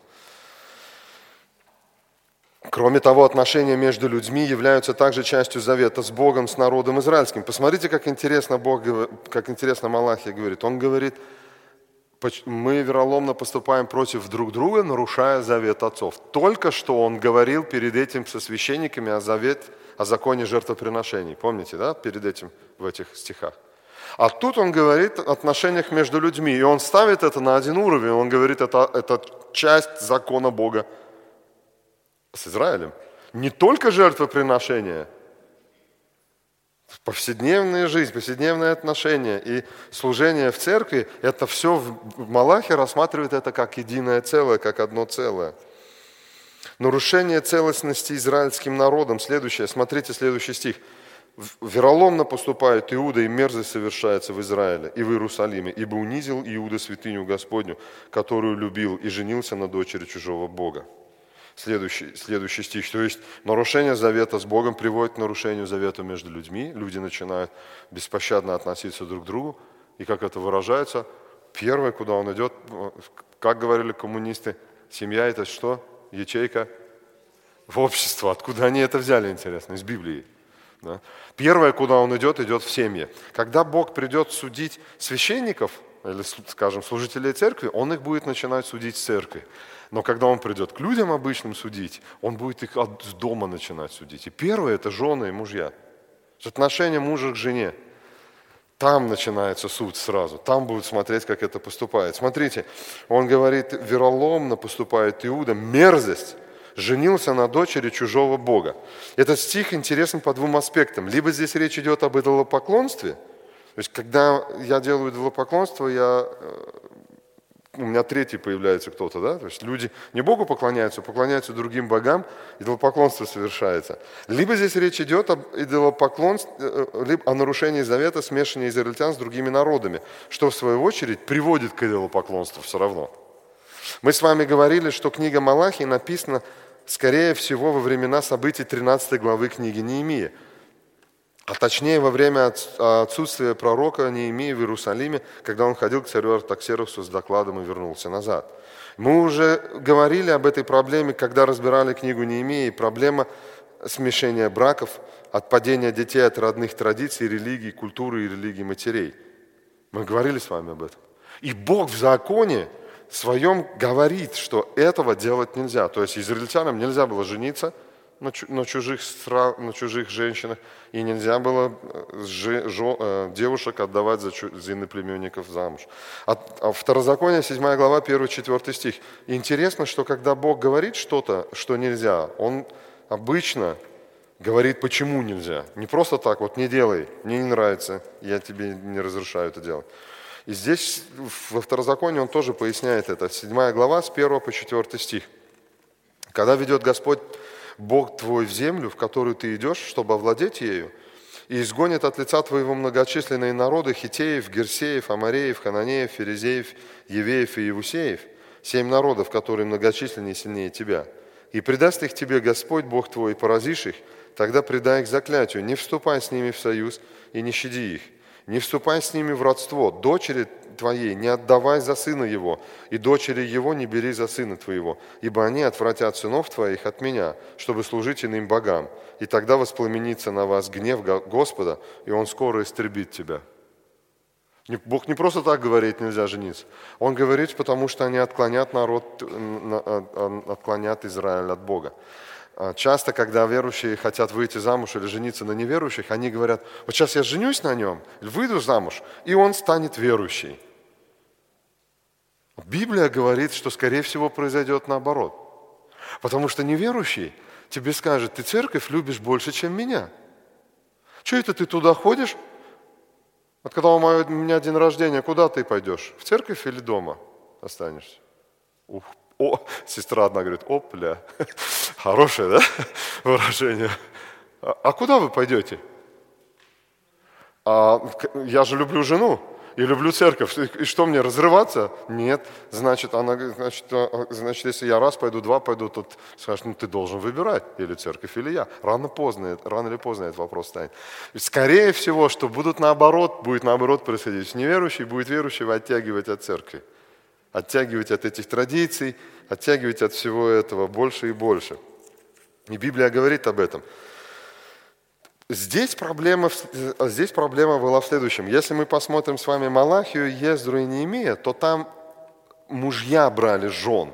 Кроме того, отношения между людьми являются также частью завета с Богом, с народом израильским. Посмотрите, как интересно, Бог, как интересно Малахия говорит. Он говорит: мы вероломно поступаем против друг друга, нарушая завет отцов. Только что он говорил перед этим со священниками о, завет, о законе жертвоприношений. Помните, да, перед этим в этих стихах? А тут он говорит о отношениях между людьми. И он ставит это на один уровень. Он говорит, это, это часть закона Бога с Израилем. Не только жертвоприношения, повседневная жизнь, повседневные отношения и служение в церкви, это все в Малахии рассматривает это как единое целое, как одно целое. Нарушение целостности израильским народом. Следующее, смотрите следующий стих. «Вероломно поступает Иуда, и мерзость совершается в Израиле и в Иерусалиме, ибо унизил Иуда святыню Господню, которую любил, и женился на дочери чужого Бога». Следующий, следующий стих. То есть нарушение завета с Богом приводит к нарушению завета между людьми. Люди начинают беспощадно относиться друг к другу. И как это выражается? Первое, куда он идет, как говорили коммунисты, семья это что? Ячейка в общество. Откуда они это взяли, интересно? Из Библии. Да? Первое, куда он идет, идет в семье. Когда Бог придет судить священников, или, скажем, служителей церкви, он их будет начинать судить с церкви. Но когда он придет к людям обычным судить, он будет их от дома начинать судить. И первое – это жены и мужья. Отношение мужа к жене. Там начинается суд сразу. Там будут смотреть, как это поступает. Смотрите, он говорит, вероломно поступает Иуда, мерзость, женился на дочери чужого бога. Этот стих интересен по двум аспектам. Либо здесь речь идет об идолопоклонстве. То есть, когда я делаю идолопоклонство, я у меня третий появляется кто-то, да? То есть люди не Богу поклоняются, поклоняются другим богам, идолопоклонство совершается. Либо здесь речь идет об идолопоклонстве, либо о нарушении завета, смешании израильтян с другими народами, что в свою очередь приводит к идолопоклонству все равно. Мы с вами говорили, что книга Малахии написана, скорее всего, во времена событий тринадцатой главы книги Неемии. А точнее, во время отсутствия пророка Неемии в Иерусалиме, когда он ходил к царю Артаксерксу с докладом и вернулся назад. Мы уже говорили об этой проблеме, когда разбирали книгу Неемии, проблема смешения браков, отпадения детей от родных традиций, религий, культуры и религии матерей. Мы говорили с вами об этом. И Бог в законе своем говорит, что этого делать нельзя. То есть израильтянам нельзя было жениться на чужих, на чужих женщинах, и нельзя было же, жо, девушек отдавать за, за иноплеменников замуж. А, а Второзаконие, седьмая глава, первый-четвертый стих. И интересно, что когда Бог говорит что-то, что нельзя, Он обычно говорит, почему нельзя. Не просто так, вот не делай, мне не нравится, я тебе не разрешаю это делать. И здесь во Второзаконии Он тоже поясняет это. седьмая глава, с первого по четвертый стих. Когда ведет Господь Бог твой в землю, в которую ты идешь, чтобы овладеть ею, и изгонит от лица твоего многочисленные народы хитеев, герсеев, амореев, хананеев, ферезеев, евеев и евусеев, семь народов, которые многочисленнее и сильнее тебя, и предаст их тебе Господь Бог твой, и поразишь их, тогда предай их заклятию, не вступай с ними в союз и не щади их, не вступай с ними в родство, дочери твоей не отдавай за сына его, и дочери его не бери за сына твоего, ибо они отвратят сынов твоих от меня, чтобы служить иным богам, и тогда воспламенится на вас гнев Господа, и Он скоро истребит тебя». Бог не просто так говорит, нельзя жениться. Он говорит, потому что они отклонят народ, отклонят Израиль от Бога. Часто, когда верующие хотят выйти замуж или жениться на неверующих, они говорят, вот сейчас я женюсь на нем, выйду замуж, и он станет верующий. Библия говорит, что, скорее всего, произойдет наоборот. Потому что неверующий тебе скажет, ты церковь любишь больше, чем меня. Что это ты туда ходишь? Вот когда у меня день рождения, куда ты пойдешь? В церковь или дома останешься? Ух, о, сестра одна говорит, опля, хорошее, да, выражение. А, а куда вы пойдете? А, я же люблю жену и люблю церковь. И что мне, разрываться? Нет. Значит, она, значит, значит, если я раз пойду, два пойду, то скажешь, ну ты должен выбирать, или церковь, или я. Рано, поздно, рано или поздно этот вопрос станет. Скорее всего, что будут наоборот, будет наоборот происходить. Неверующий будет верующего оттягивать от церкви. Оттягивать от этих традиций, оттягивать от всего этого больше и больше. И Библия говорит об этом. Здесь проблема, здесь проблема была в следующем. Если мы посмотрим с вами Малахию, Ездру и Неемия, то там мужья брали жен.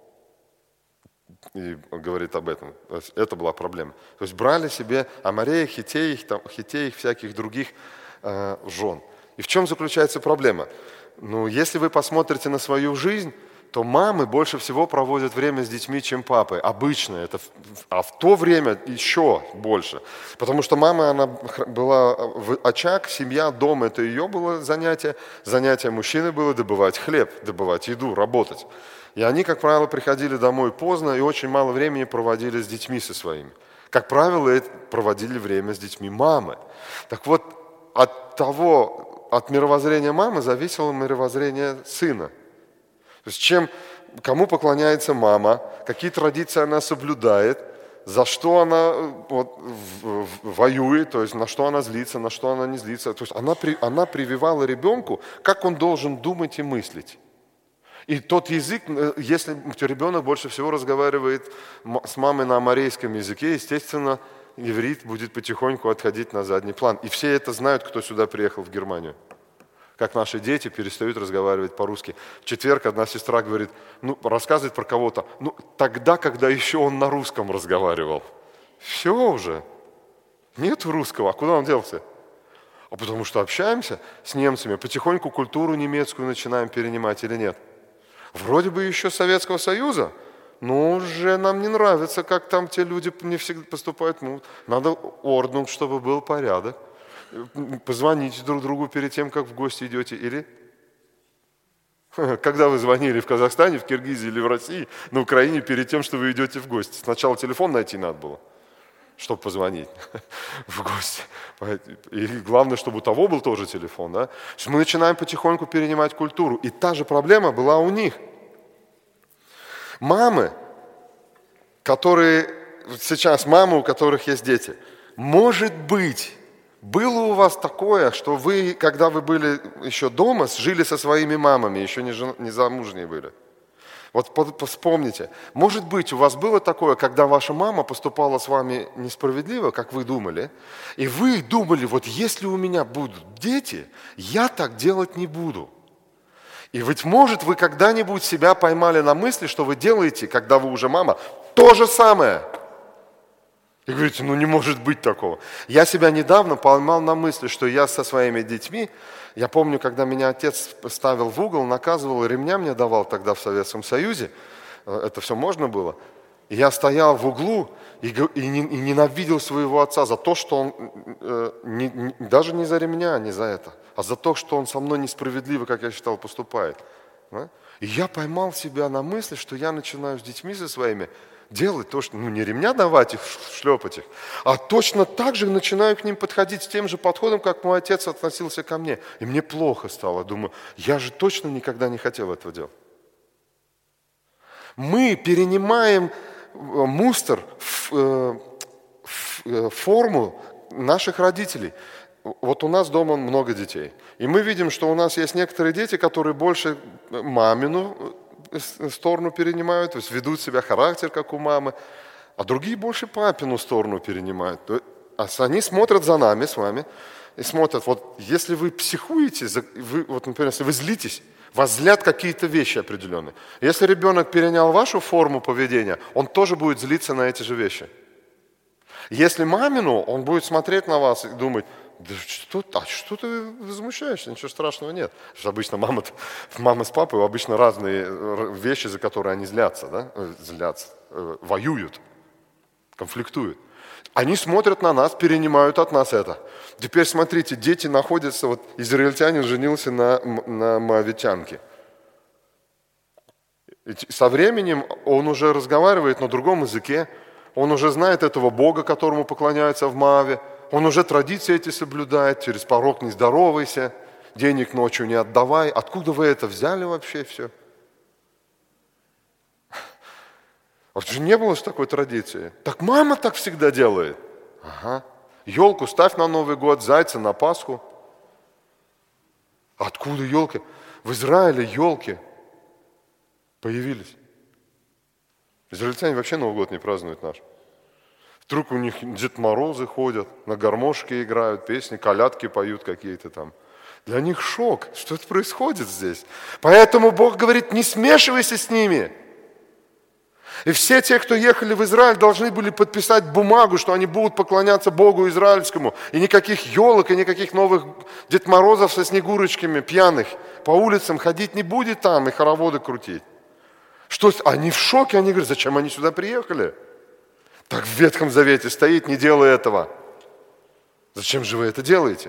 И говорит об этом. Это была проблема. То есть брали себе амореев, хитеев, там, хитеев, всяких других э, жен. И в чем заключается проблема? Ну, если вы посмотрите на свою жизнь, то мамы больше всего проводят время с детьми, чем папы. Обычно это, а в то время еще больше. Потому что мама, она была в очаг, семья, дом, это ее было занятие. Занятие мужчины было добывать хлеб, добывать еду, работать. И они, как правило, приходили домой поздно и очень мало времени проводили с детьми со своими. Как правило, проводили время с детьми мамы. Так вот, от того, от мировоззрения мамы зависело мировоззрение сына. То есть чем, кому поклоняется мама, какие традиции она соблюдает, за что она вот, в, в, воюет, то есть на что она злится, на что она не злится. То есть она, при, она прививала ребенку, как он должен думать и мыслить. И тот язык, если ребенок больше всего разговаривает с мамой на аморейском языке, естественно, иврит будет потихоньку отходить на задний план. И все это знают, кто сюда приехал в Германию. Как наши дети перестают разговаривать по-русски. В четверг одна сестра говорит, ну, рассказывает про кого-то, ну, тогда, когда еще он на русском разговаривал. Все уже. Нет русского. А куда он делся? А потому что общаемся с немцами, потихоньку культуру немецкую начинаем перенимать или нет. Вроде бы еще Советского Союза, но уже нам не нравится, как там те люди не всегда поступают. Ну, надо орднунг, чтобы был порядок. Позвоните друг другу перед тем, как в гости идете, или Когда вы звонили в Казахстане, в Киргизии или в России, на Украине перед тем, что вы идете в гости? Сначала телефон найти надо было, чтобы позвонить в гости. И главное, чтобы у того был тоже телефон. Да? Мы начинаем потихоньку перенимать культуру. И та же проблема была у них. Мамы, которые, сейчас мамы, у которых есть дети, может быть, было у вас такое, что вы, когда вы были еще дома, жили со своими мамами, еще не, жен, не замужние были? Вот вспомните, может быть, у вас было такое, когда ваша мама поступала с вами несправедливо, как вы думали, и вы думали, вот если у меня будут дети, я так делать не буду. И, быть может, вы когда-нибудь себя поймали на мысли, что вы делаете, когда вы уже мама, то же самое. И говорите, ну не может быть такого. Я себя недавно поймал на мысли, что я со своими детьми, я помню, когда меня отец ставил в угол, наказывал, ремня мне давал тогда в Советском Союзе, это все можно было, и я стоял в углу и, и, и ненавидел своего отца за то, что он, э, не, не, даже не за ремня, не за это, а за то, что он со мной несправедливо, как я считал, поступает. Да? И я поймал себя на мысли, что я начинаю с детьми со своими делать то, что, ну не ремня давать их, шлепать их, а точно так же начинаю к ним подходить с тем же подходом, как мой отец относился ко мне. И мне плохо стало. Думаю, я же точно никогда не хотел этого делать. Мы перенимаем мустр, в, в форму наших родителей. Вот у нас дома много детей. И мы видим, что у нас есть некоторые дети, которые больше мамину сторону перенимают, то есть ведут себя характер, как у мамы, а другие больше папину сторону перенимают. А они смотрят за нами с вами и смотрят, вот если вы психуете, вы, вот, например, если вы злитесь, вас злят какие-то вещи определенные. Если ребенок перенял вашу форму поведения, он тоже будет злиться на эти же вещи. Если мамину, он будет смотреть на вас и думать, да что, а что ты возмущаешься, ничего страшного нет. Потому что обычно мама, мама с папой обычно разные вещи, за которые они злятся, да? злятся, воюют, конфликтуют. Они смотрят на нас, перенимают от нас это. Теперь смотрите, дети находятся, вот израильтянин женился на, на моавитянке. И со временем он уже разговаривает на другом языке, он уже знает этого Бога, которому поклоняются в Моаве. Он уже традиции эти соблюдает, через порог не здоровайся, денег ночью не отдавай. Откуда вы это взяли вообще все? Вот же не было же такой традиции. Так мама так всегда делает. Ага. Елку ставь на Новый год, зайца на Пасху. Откуда елки? В Израиле елки появились. Израильтяне вообще Новый год не празднуют наш. Вдруг у них Дед Морозы ходят, на гармошке играют, песни, колядки поют какие-то там. Для них шок, что это происходит здесь. Поэтому Бог говорит, не смешивайся с ними. И все те, кто ехали в Израиль, должны были подписать бумагу, что они будут поклоняться Богу израильскому. И никаких елок, и никаких новых Дед Морозов со снегурочками пьяных по улицам ходить не будет там и хороводы крутить. Что, они в шоке, они говорят, зачем они сюда приехали? Так в Ветхом Завете стоит, не делай этого. Зачем же вы это делаете?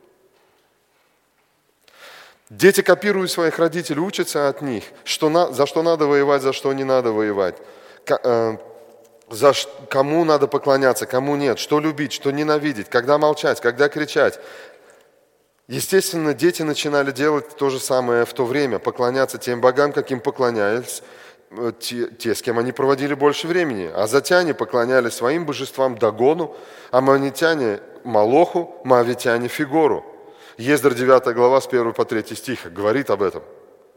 Дети копируют своих родителей, учатся от них, что на, за что надо воевать, за что не надо воевать, к, э, за ш, кому надо поклоняться, кому нет, что любить, что ненавидеть, когда молчать, когда кричать. Естественно, дети начинали делать то же самое в то время, поклоняться тем богам, каким поклонялись те, те, с кем они проводили больше времени. Азатяне поклонялись своим божествам Дагону, аммонитяне Молоху, моавитяне Фигору. Ездра девятая глава с первого по третий стих говорит об этом.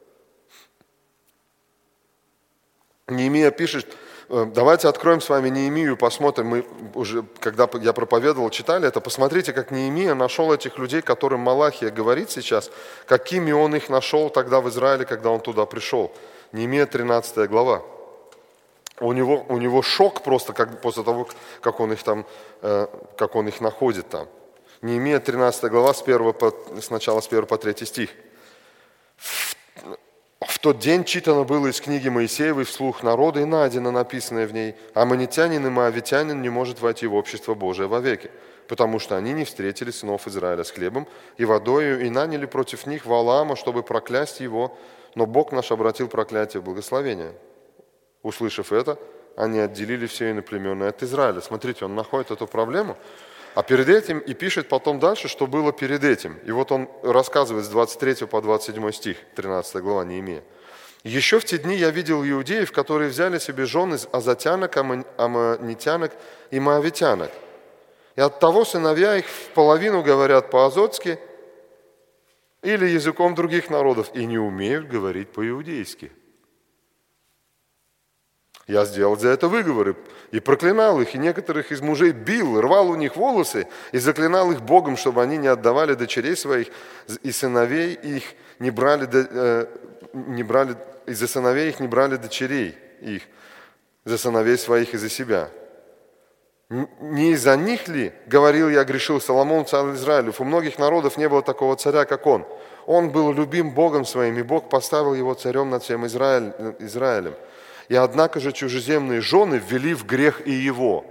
Неемия пишет, давайте откроем с вами Неемию, посмотрим, мы уже, когда я проповедовал, читали это, посмотрите, как Неемия нашел этих людей, которым Малахия говорит сейчас, какими он их нашел тогда в Израиле, когда он туда пришел. Неемия тринадцатая глава. У него, у него шок просто как, после того, как он их там, э, как он их находит там. Неемия тринадцатая глава, с первого по, сначала с первого по третий стих. В, в тот день читано было из книги Моисеевой вслух народа и найдено написанное в ней: «Аммонитянин и моавитянин не может войти в общество Божие вовеки, потому что они не встретили сынов Израиля с хлебом и водою, и наняли против них Ваалаама, чтобы проклясть его, но Бог наш обратил проклятие в благословение». Услышав это, они отделили все иноплеменные от Израиля. Смотрите, он находит эту проблему, а перед этим и пишет потом дальше, что было перед этим. И вот он рассказывает с двадцать третьего по двадцать седьмой стих, тринадцатая глава Неемия. «Еще в те дни я видел иудеев, которые взяли себе жен из азатянок, аммонитянок и моавитянок. И оттого сыновья их в половину говорят по-азотски или языком других народов и не умеют говорить по-иудейски. Я сделал за это выговоры и проклинал их, и некоторых из мужей бил, рвал у них волосы и заклинал их Богом, чтобы они не отдавали дочерей своих, и сыновей их не брали, э, не брали и за сыновей их не брали дочерей их, за сыновей своих и за себя. Не из-за них ли, говорил я, грешил Соломон, царь Израилев? У многих народов не было такого царя, как он. Он был любим Богом своим, и Бог поставил его царем над всем Израиль, Израилем. И однако же чужеземные жены ввели в грех и его».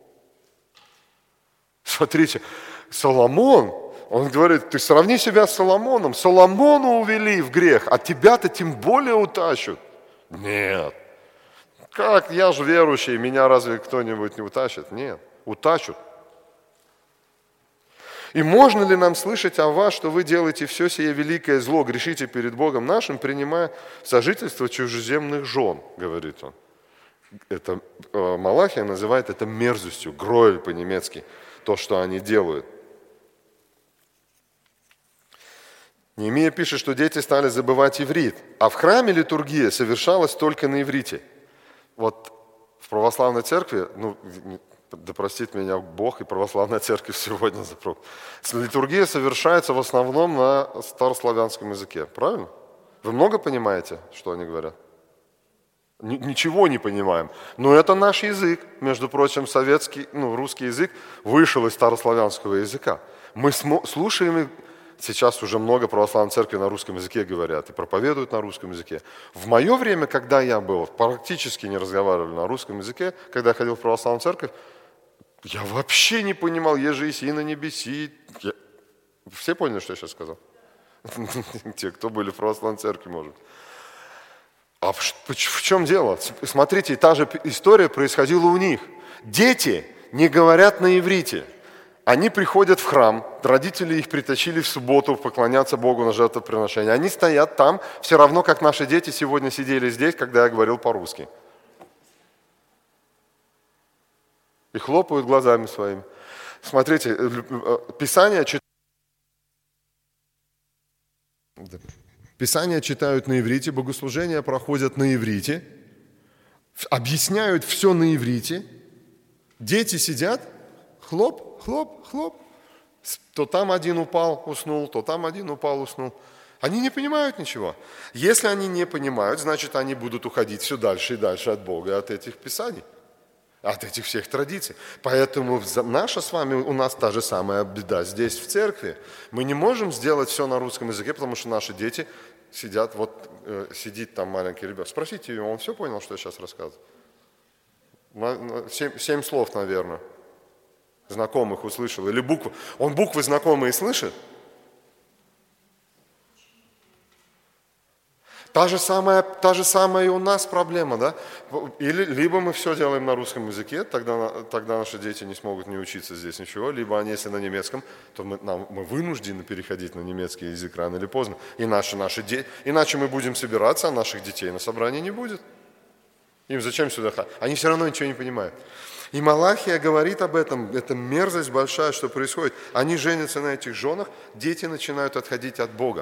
Смотрите, Соломон, он говорит, ты сравни себя с Соломоном. Соломону увели в грех, а тебя-то тем более утащат. Нет. Как, я же верующий, меня разве кто-нибудь не утащит? Нет, утащат. «И можно ли нам слышать о вас, что вы делаете все сие великое зло, грешите перед Богом нашим, принимая сожительство чужеземных жен?» говорит он. Это Малахия называет это мерзостью, гроэль по-немецки, то, что они делают. Неемия пишет, что дети стали забывать иврит, а в храме литургия совершалась только на иврите. Вот в православной церкви, ну, да простит меня Бог и православная церковь сегодня за проб. Литургия совершается в основном на старославянском языке, правильно? Вы много понимаете, что они говорят? Ничего не понимаем. Но это наш язык. Между прочим, советский, ну, русский язык вышел из старославянского языка. Мы слушаем, сейчас уже много православной церкви на русском языке говорят и проповедуют на русском языке. В мое время, когда я был, практически не разговаривали на русском языке, когда я ходил в православную церковь, я вообще не понимал, еже иси на небеси. Я... Все поняли, что я сейчас сказал? Те, кто были в православной церкви, может. А в чем дело? Смотрите, та же история происходила у них. Дети не говорят на иврите. Они приходят в храм, родители их притащили в субботу поклоняться Богу на жертвоприношение. Они стоят там, все равно, как наши дети сегодня сидели здесь, когда я говорил по-русски. И хлопают глазами своими. Смотрите, Писание читают, Писание читают на иврите, богослужения проходят на иврите, объясняют все на иврите. Дети сидят, хлоп, хлоп, хлоп. То там один упал, уснул, то там один упал, уснул. Они не понимают ничего. Если они не понимают, значит, они будут уходить все дальше и дальше от Бога, от этих писаний, от этих всех традиций. Поэтому наша с вами, у нас та же самая беда здесь, в церкви. Мы не можем сделать все на русском языке, потому что наши дети сидят, вот э, сидит там маленький ребенок. Спросите его, он все понял, что я сейчас рассказываю? Семь, семь слов, наверное, знакомых услышал. Или буквы. Он буквы знакомые слышит? Та же самая, та же самая и у нас проблема, да? Или, либо мы все делаем на русском языке, тогда, тогда наши дети не смогут не учиться здесь ничего, либо они, если на немецком, то мы, нам, мы вынуждены переходить на немецкий язык рано или поздно. Иначе, наши де... Иначе мы будем собираться, а наших детей на собрании не будет. Им зачем сюда ходить? Они все равно ничего не понимают. И Малахия говорит об этом, это мерзость большая, что происходит. Они женятся на этих женах, дети начинают отходить от Бога.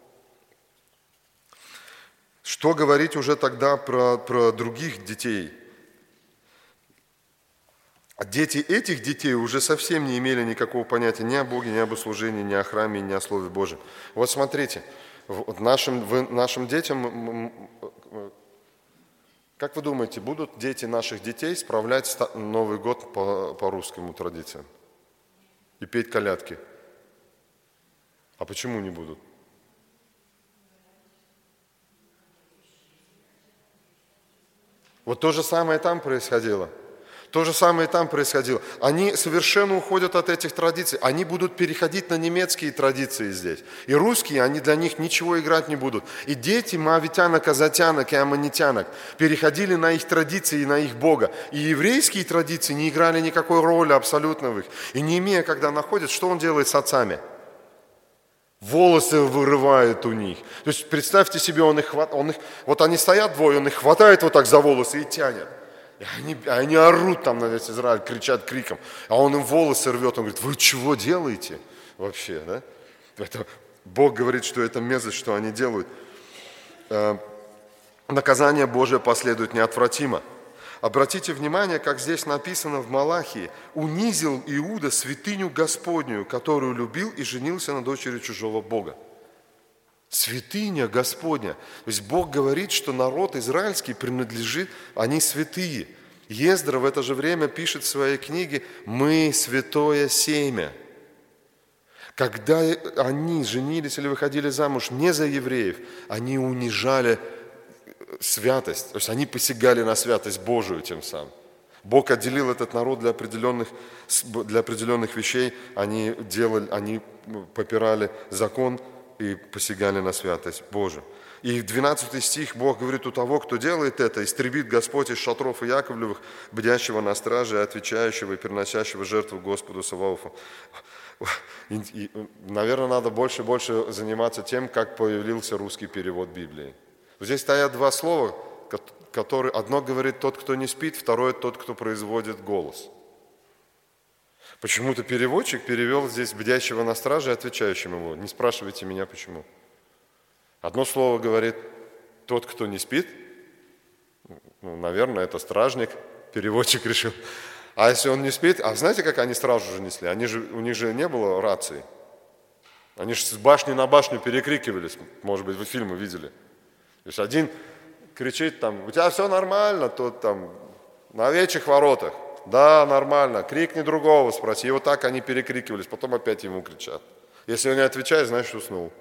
Что говорить уже тогда про, про других детей? Дети этих детей уже совсем не имели никакого понятия ни о Боге, ни об служении, ни о храме, ни о Слове Божьем. Вот смотрите, нашим, нашим детям, как вы думаете, будут дети наших детей справлять Новый год по, по русским традициям и петь колядки? А почему не будут? Вот то же самое там происходило. То же самое там происходило. Они совершенно уходят от этих традиций. Они будут переходить на немецкие традиции здесь. И русские, они для них ничего играть не будут. И дети моавитянок, азатянок и аммонитянок переходили на их традиции и на их Бога. И еврейские традиции не играли никакой роли абсолютно в их. И Неемия, когда находит, что он делает с отцами? Волосы вырывает у них. То есть представьте себе, он их, хват... он их... вот они стоят двое, он их хватает вот так за волосы и тянет. И они, они орут там на весь Израиль, кричат криком. А он им волосы рвет. Он говорит, вы чего делаете вообще? Да? Это, Бог говорит, что это мерзость, что они делают. Э, наказание Божие последует неотвратимо. Обратите внимание, как здесь написано в Малахии. «Унизил Иуда святыню Господнюю, которую любил и женился на дочери чужого Бога». Святыня Господня. То есть Бог говорит, что народ израильский принадлежит, они святые. Ездра в это же время пишет в своей книге «Мы святое семя». Когда они женились или выходили замуж не за евреев, они унижали святость. То есть они посягали на святость Божию тем самым. Бог отделил этот народ для определенных, для определенных вещей. Они делали, они попирали закон и посягали на святость Божию. И двенадцатый стих Бог говорит, у того, кто делает это, истребит Господь из шатров Яковлевых, бдящего на страже, отвечающего и переносящего жертву Господу Саваофу. И, и, наверное, надо больше и больше заниматься тем, как появился русский перевод Библии. Здесь стоят два слова, которые, одно говорит тот, кто не спит, второе тот, кто производит голос. Почему-то переводчик перевел здесь бдящего на страже, отвечающим его. Не спрашивайте меня, почему. Одно слово говорит тот, кто не спит. Ну, наверное, это стражник. Переводчик решил. А если он не спит, а знаете, как они стражу же несли? Они же, у них же не было рации. Они же с башни на башню перекрикивались. Может быть, вы фильмы видели. То есть один кричит там, у тебя все нормально, тот там на овечьих воротах. Да, нормально. Крикни другого, спроси. И вот так они перекрикивались, потом опять ему кричат. Если он не отвечает, значит, уснул.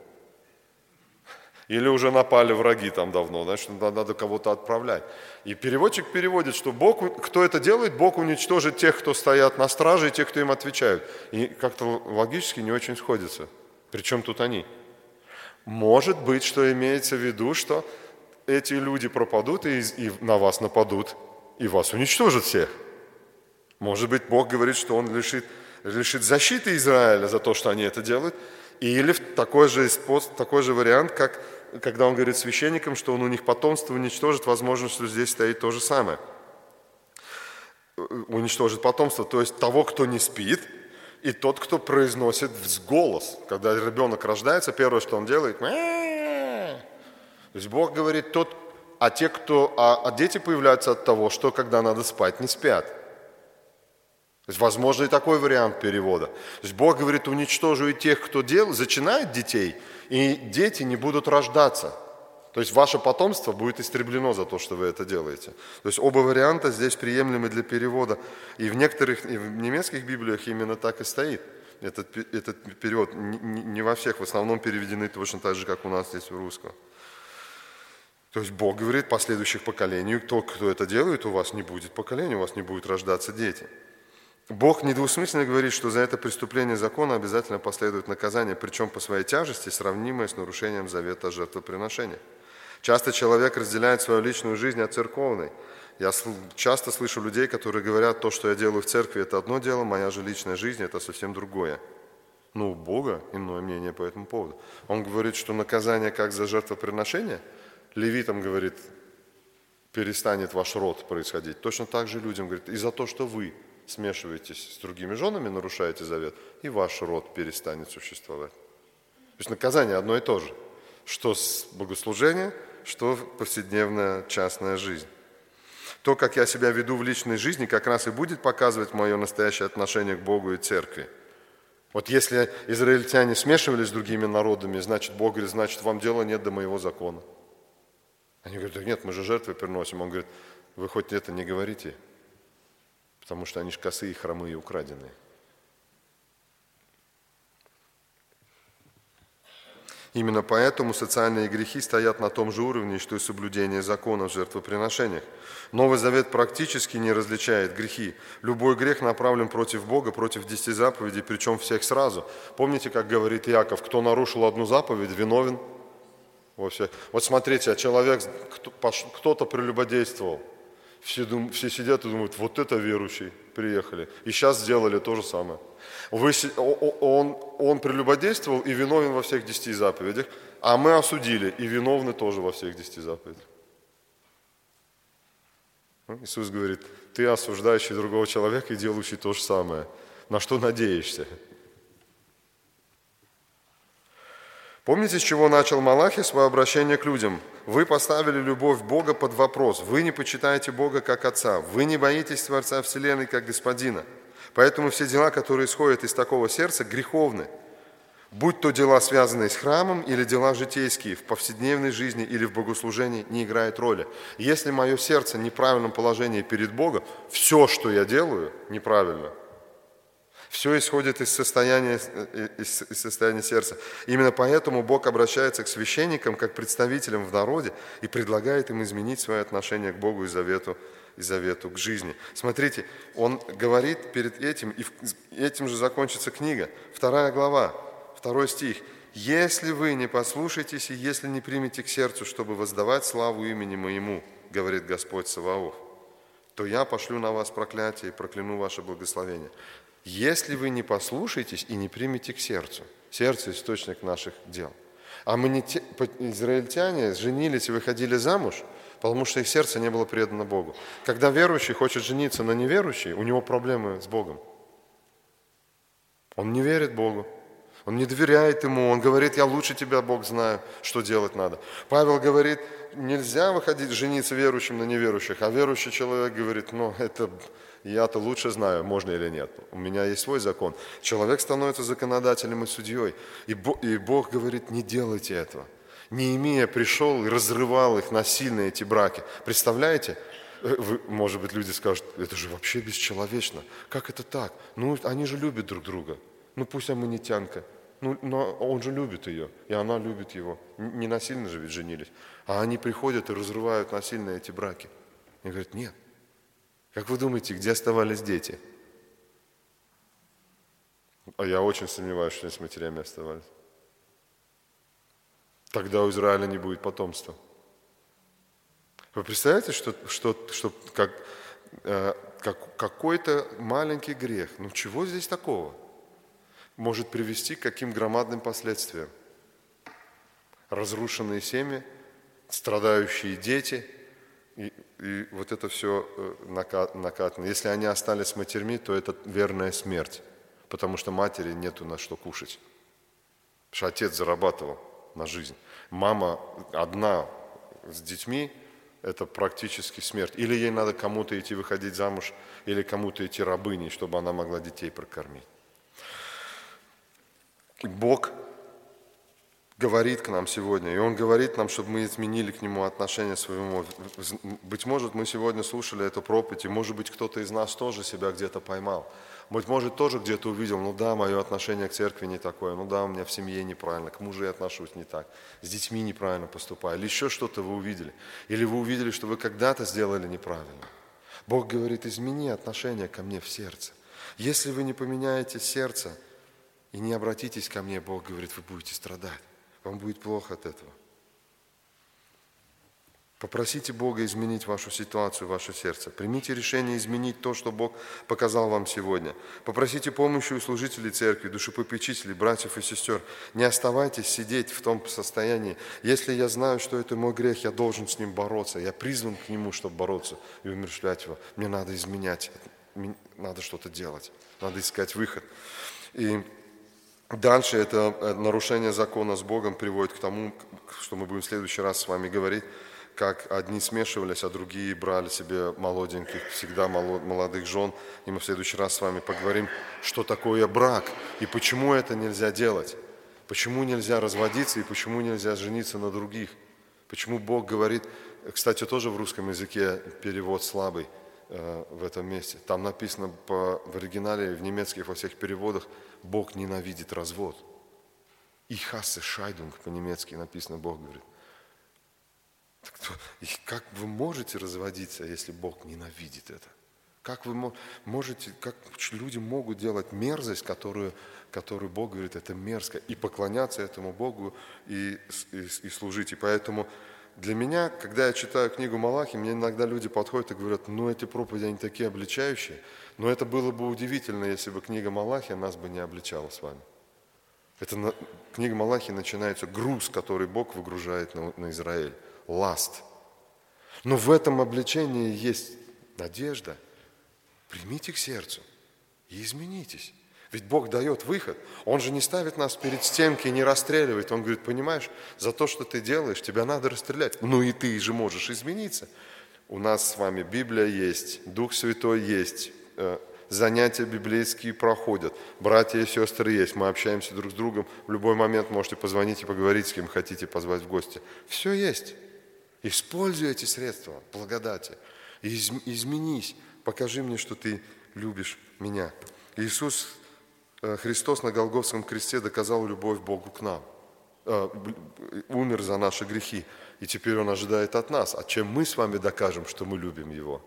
Или уже напали враги там давно, значит, надо кого-то отправлять. И переводчик переводит, что Бог, кто это делает, Бог уничтожит тех, кто стоят на страже, и тех, кто им отвечают. И как-то логически не очень сходится. Причем тут они? Может быть, что имеется в виду, что эти люди пропадут и, и на вас нападут, и вас уничтожат всех. Может быть, Бог говорит, что Он лишит, лишит защиты Израиля за то, что они это делают. Или такой же, такой же вариант, как когда Он говорит священникам, что Он у них потомство уничтожит, возможно, что здесь стоит то же самое. Уничтожит потомство, то есть того, кто не спит, и тот, кто произносит голос. Когда ребенок рождается, первое, что он делает, то есть Бог говорит, тот, а те, кто, а, а дети появляются от того, что когда надо спать, не спят. То есть, возможно, и такой вариант перевода. То есть Бог говорит, уничтожу и тех, кто дел, зачинает детей, и дети не будут рождаться. То есть ваше потомство будет истреблено за то, что вы это делаете. То есть оба варианта здесь приемлемы для перевода. И в некоторых, и в немецких библиях именно так и стоит. Этот, этот перевод не во всех, в основном переведены точно так же, как у нас здесь в русском. То есть Бог говорит последующих поколений, тот, кто это делает, у вас не будет поколения, у вас не будут рождаться дети. Бог недвусмысленно говорит, что за это преступление закона обязательно последует наказание, причем по своей тяжести, сравнимое с нарушением завета о жертвоприношении. Часто человек разделяет свою личную жизнь от церковной. Я часто слышу людей, которые говорят, то, что я делаю в церкви, это одно дело, моя же личная жизнь, это совсем другое. Ну, у Бога иное мнение по этому поводу. Он говорит, что наказание как за жертвоприношение, левитам говорит, перестанет ваш род происходить. Точно так же людям говорит, и за то, что вы смешиваетесь с другими женами, нарушаете завет, и ваш род перестанет существовать. То есть наказание одно и то же. Что с богослужения, что повседневная частная жизнь. То, как я себя веду в личной жизни, как раз и будет показывать мое настоящее отношение к Богу и церкви. Вот если израильтяне смешивались с другими народами, значит, Бог говорит, значит, вам дела нет до моего закона. Они говорят, да нет, мы же жертвы приносим. Он говорит, вы хоть это не говорите, потому что они ж косые, хромые и украденные. Именно поэтому социальные грехи стоят на том же уровне, что и соблюдение закона в жертвоприношениях. Новый Завет практически не различает грехи. Любой грех направлен против Бога, против десяти заповедей, причем всех сразу. Помните, как говорит Иаков, кто нарушил одну заповедь, виновен во всех. Вот смотрите, а человек, кто-то прелюбодействовал. Все, дум, все сидят и думают, вот это верующий, приехали. И сейчас сделали то же самое. Вы, он, он прелюбодействовал и виновен во всех десяти заповедях, а мы осудили и виновны тоже во всех десяти заповедях. Иисус говорит, ты осуждающий другого человека и делающий то же самое. На что надеешься? Помните, с чего начал Малахи свое обращение к людям? Вы поставили любовь Бога под вопрос. Вы не почитаете Бога как Отца. Вы не боитесь Творца Вселенной как Господина. Поэтому все дела, которые исходят из такого сердца, греховны. Будь то дела, связанные с храмом, или дела житейские, в повседневной жизни или в богослужении, не играет роли. Если мое сердце в неправильном положении перед Богом, все, что я делаю, неправильно. Все исходит из состояния, из, из состояния сердца. Именно поэтому Бог обращается к священникам, как представителям в народе, и предлагает им изменить свое отношение к Богу и завету, и завету к жизни. Смотрите, Он говорит перед этим, и этим же закончится книга. Вторая глава, второй стих. «Если вы не послушаетесь и если не примете к сердцу, чтобы воздавать славу имени Моему, говорит Господь Саваоф, то я пошлю на вас проклятие и прокляну ваше благословение». Если вы не послушаетесь и не примете к сердцу. Сердце – источник наших дел. А мы не те, израильтяне женились и выходили замуж, потому что их сердце не было предано Богу. Когда верующий хочет жениться на неверующей, у него проблемы с Богом. Он не верит Богу. Он не доверяет Ему. Он говорит, я лучше тебя, Бог, знаю, что делать надо. Павел говорит, нельзя выходить жениться верующим на неверующих. А верующий человек говорит, ну это... Я-то лучше знаю, можно или нет. У меня есть свой закон. Человек становится законодателем и судьей. И Бог, и Бог говорит, не делайте этого. Неемия пришел и разрывал их насильно, эти браки. Представляете? Вы, может быть, люди скажут, это же вообще бесчеловечно. Как это так? Ну, они же любят друг друга. Ну, пусть аммонитянка. Ну, но он же любит ее, и она любит его. Не насильно же ведь женились. А они приходят и разрывают насильно эти браки. И говорят, нет. Как вы думаете, где оставались дети? А я очень сомневаюсь, что они с матерями оставались. Тогда у Израиля не будет потомства. Вы представляете, что, что, что как, э, как, какой-то маленький грех, ну чего здесь такого, может привести к каким громадным последствиям? Разрушенные семьи, страдающие дети – И, и вот это все накатано. Если они остались с матерьми, то это верная смерть, потому что матери нету на что кушать. Потому что отец зарабатывал на жизнь. Мама одна с детьми – это практически смерть. Или ей надо кому-то идти выходить замуж, или кому-то идти рабыней, чтобы она могла детей прокормить. Бог говорит к нам сегодня, и Он говорит нам, чтобы мы изменили к Нему отношение своему. Быть может, мы сегодня слушали эту проповедь, и может быть, кто-то из нас тоже себя где-то поймал. Быть может, тоже где-то увидел, ну да, мое отношение к церкви не такое, ну да, у меня в семье неправильно, к мужу я отношусь не так, с детьми неправильно поступаю, или еще что-то вы увидели. Или вы увидели, что вы когда-то сделали неправильно. Бог говорит, измени отношение ко мне в сердце. Если вы не поменяете сердце и не обратитесь ко мне, Бог говорит, вы будете страдать. Вам будет плохо от этого. Попросите Бога изменить вашу ситуацию, ваше сердце. Примите решение изменить то, что Бог показал вам сегодня. Попросите помощи у служителей церкви, душепопечителей, братьев и сестер. Не оставайтесь сидеть в том состоянии. Если я знаю, что это мой грех, я должен с ним бороться. Я призван к нему, чтобы бороться и умерщвлять его. Мне надо изменять, надо что-то делать, надо искать выход. И дальше это нарушение закона с Богом приводит к тому, что мы будем в следующий раз с вами говорить, как одни смешивались, а другие брали себе молоденьких, всегда молодых жен. И мы в следующий раз с вами поговорим, что такое брак и почему это нельзя делать. Почему нельзя разводиться и почему нельзя жениться на других. Почему Бог говорит, кстати, тоже в русском языке перевод слабый э, в этом месте. Там написано по, в оригинале, в немецких, во всех переводах, Бог ненавидит развод. Ich hasse Scheidung, по-немецки написано, Бог говорит. Как вы можете разводиться, если Бог ненавидит это? Как вы можете, как люди могут делать мерзость, которую, которую Бог говорит, это мерзко, и поклоняться этому Богу, и, и, и служить. И поэтому для меня, когда я читаю книгу Малахи, мне иногда люди подходят и говорят, ну эти проповеди, они такие обличающие. Но это было бы удивительно, если бы книга Малахи нас бы не обличала с вами. Это, книга Малахи начинается груз, который Бог выгружает на, на Израиль. Ласт. Но в этом обличении есть надежда. Примите к сердцу и изменитесь. Ведь Бог дает выход. Он же не ставит нас перед стенкой и не расстреливает. Он говорит, понимаешь, за то, что ты делаешь, тебя надо расстрелять. Ну и ты же можешь измениться. У нас с вами Библия есть, Дух Святой есть, занятия библейские проходят, братья и сестры есть, мы общаемся друг с другом. В любой момент можете позвонить и поговорить с кем хотите, позвать в гости. Все есть. Используй эти средства благодати. Из, изменись. Покажи мне, что ты любишь меня. Иисус Христос на Голгофском кресте доказал любовь Богу к нам. Умер за наши грехи. И теперь Он ожидает от нас. А чем мы с вами докажем, что мы любим Его?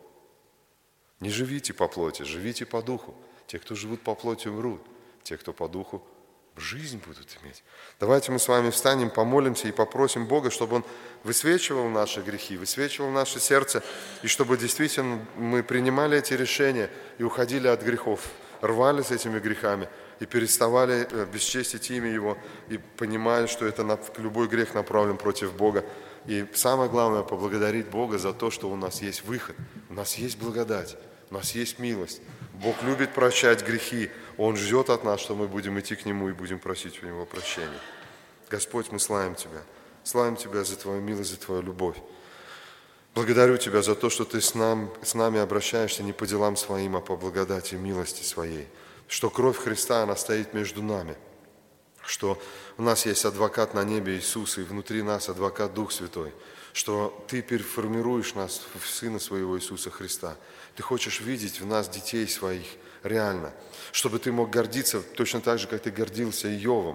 Не живите по плоти, живите по духу. Те, кто живут по плоти, умрут. Те, кто по духу, жизнь будут иметь. Давайте мы с вами встанем, помолимся и попросим Бога, чтобы Он высвечивал наши грехи, высвечивал наше сердце, и чтобы действительно мы принимали эти решения и уходили от грехов, рвали с этими грехами и переставали бесчестить имя Его, и понимая, что это любой грех направлен против Бога. И самое главное, поблагодарить Бога за то, что у нас есть выход, у нас есть благодать, у нас есть милость. Бог любит прощать грехи. Он ждет от нас, что мы будем идти к Нему и будем просить у Него прощения. Господь, мы славим Тебя. Славим Тебя за Твою милость, за Твою любовь. Благодарю Тебя за то, что Ты с, нам, с нами обращаешься не по делам своим, а по благодати и милости Своей. Что кровь Христа, она стоит между нами. Что у нас есть адвокат на небе Иисус, и внутри нас адвокат Дух Святой. Что Ты переформируешь нас в Сына Своего Иисуса Христа. Ты хочешь видеть в нас детей Своих реально. Чтобы Ты мог гордиться точно так же, как Ты гордился Иовом.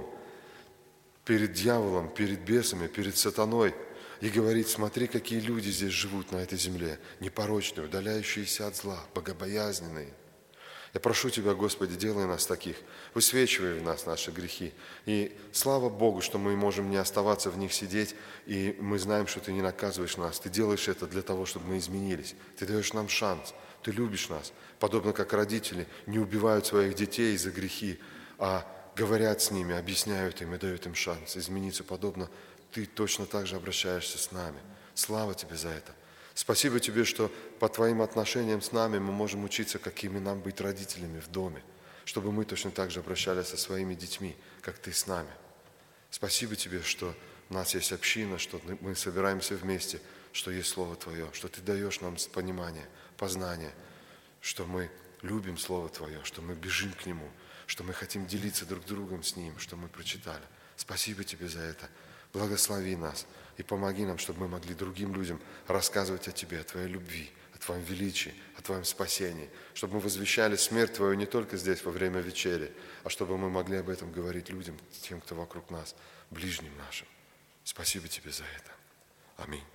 Перед дьяволом, перед бесами, перед сатаной. И говорить, смотри, какие люди здесь живут на этой земле. Непорочные, удаляющиеся от зла, богобоязненные. Я прошу Тебя, Господи, делай нас таких, высвечивай в нас наши грехи. И слава Богу, что мы можем не оставаться в них сидеть, и мы знаем, что Ты не наказываешь нас. Ты делаешь это для того, чтобы мы изменились. Ты даешь нам шанс. Ты любишь нас. Подобно как родители не убивают своих детей за грехи, а говорят с ними, объясняют им и дают им шанс измениться. Подобно Ты точно так же обращаешься с нами. Слава Тебе за это. Спасибо Тебе, что по Твоим отношениям с нами мы можем учиться, какими нам быть родителями в доме, чтобы мы точно так же обращались со своими детьми, как Ты с нами. Спасибо Тебе, что у нас есть община, что мы собираемся вместе, что есть Слово Твое, что Ты даешь нам понимание, познание, что мы любим Слово Твое, что мы бежим к Нему, что мы хотим делиться друг с другом с Ним, что мы прочитали. Спасибо Тебе за это. Благослови нас и помоги нам, чтобы мы могли другим людям рассказывать о Тебе, о Твоей любви, о Твоем величии, о Твоем спасении, чтобы мы возвещали смерть Твою не только здесь во время вечери, а чтобы мы могли об этом говорить людям, тем, кто вокруг нас, ближним нашим. Спасибо Тебе за это. Аминь.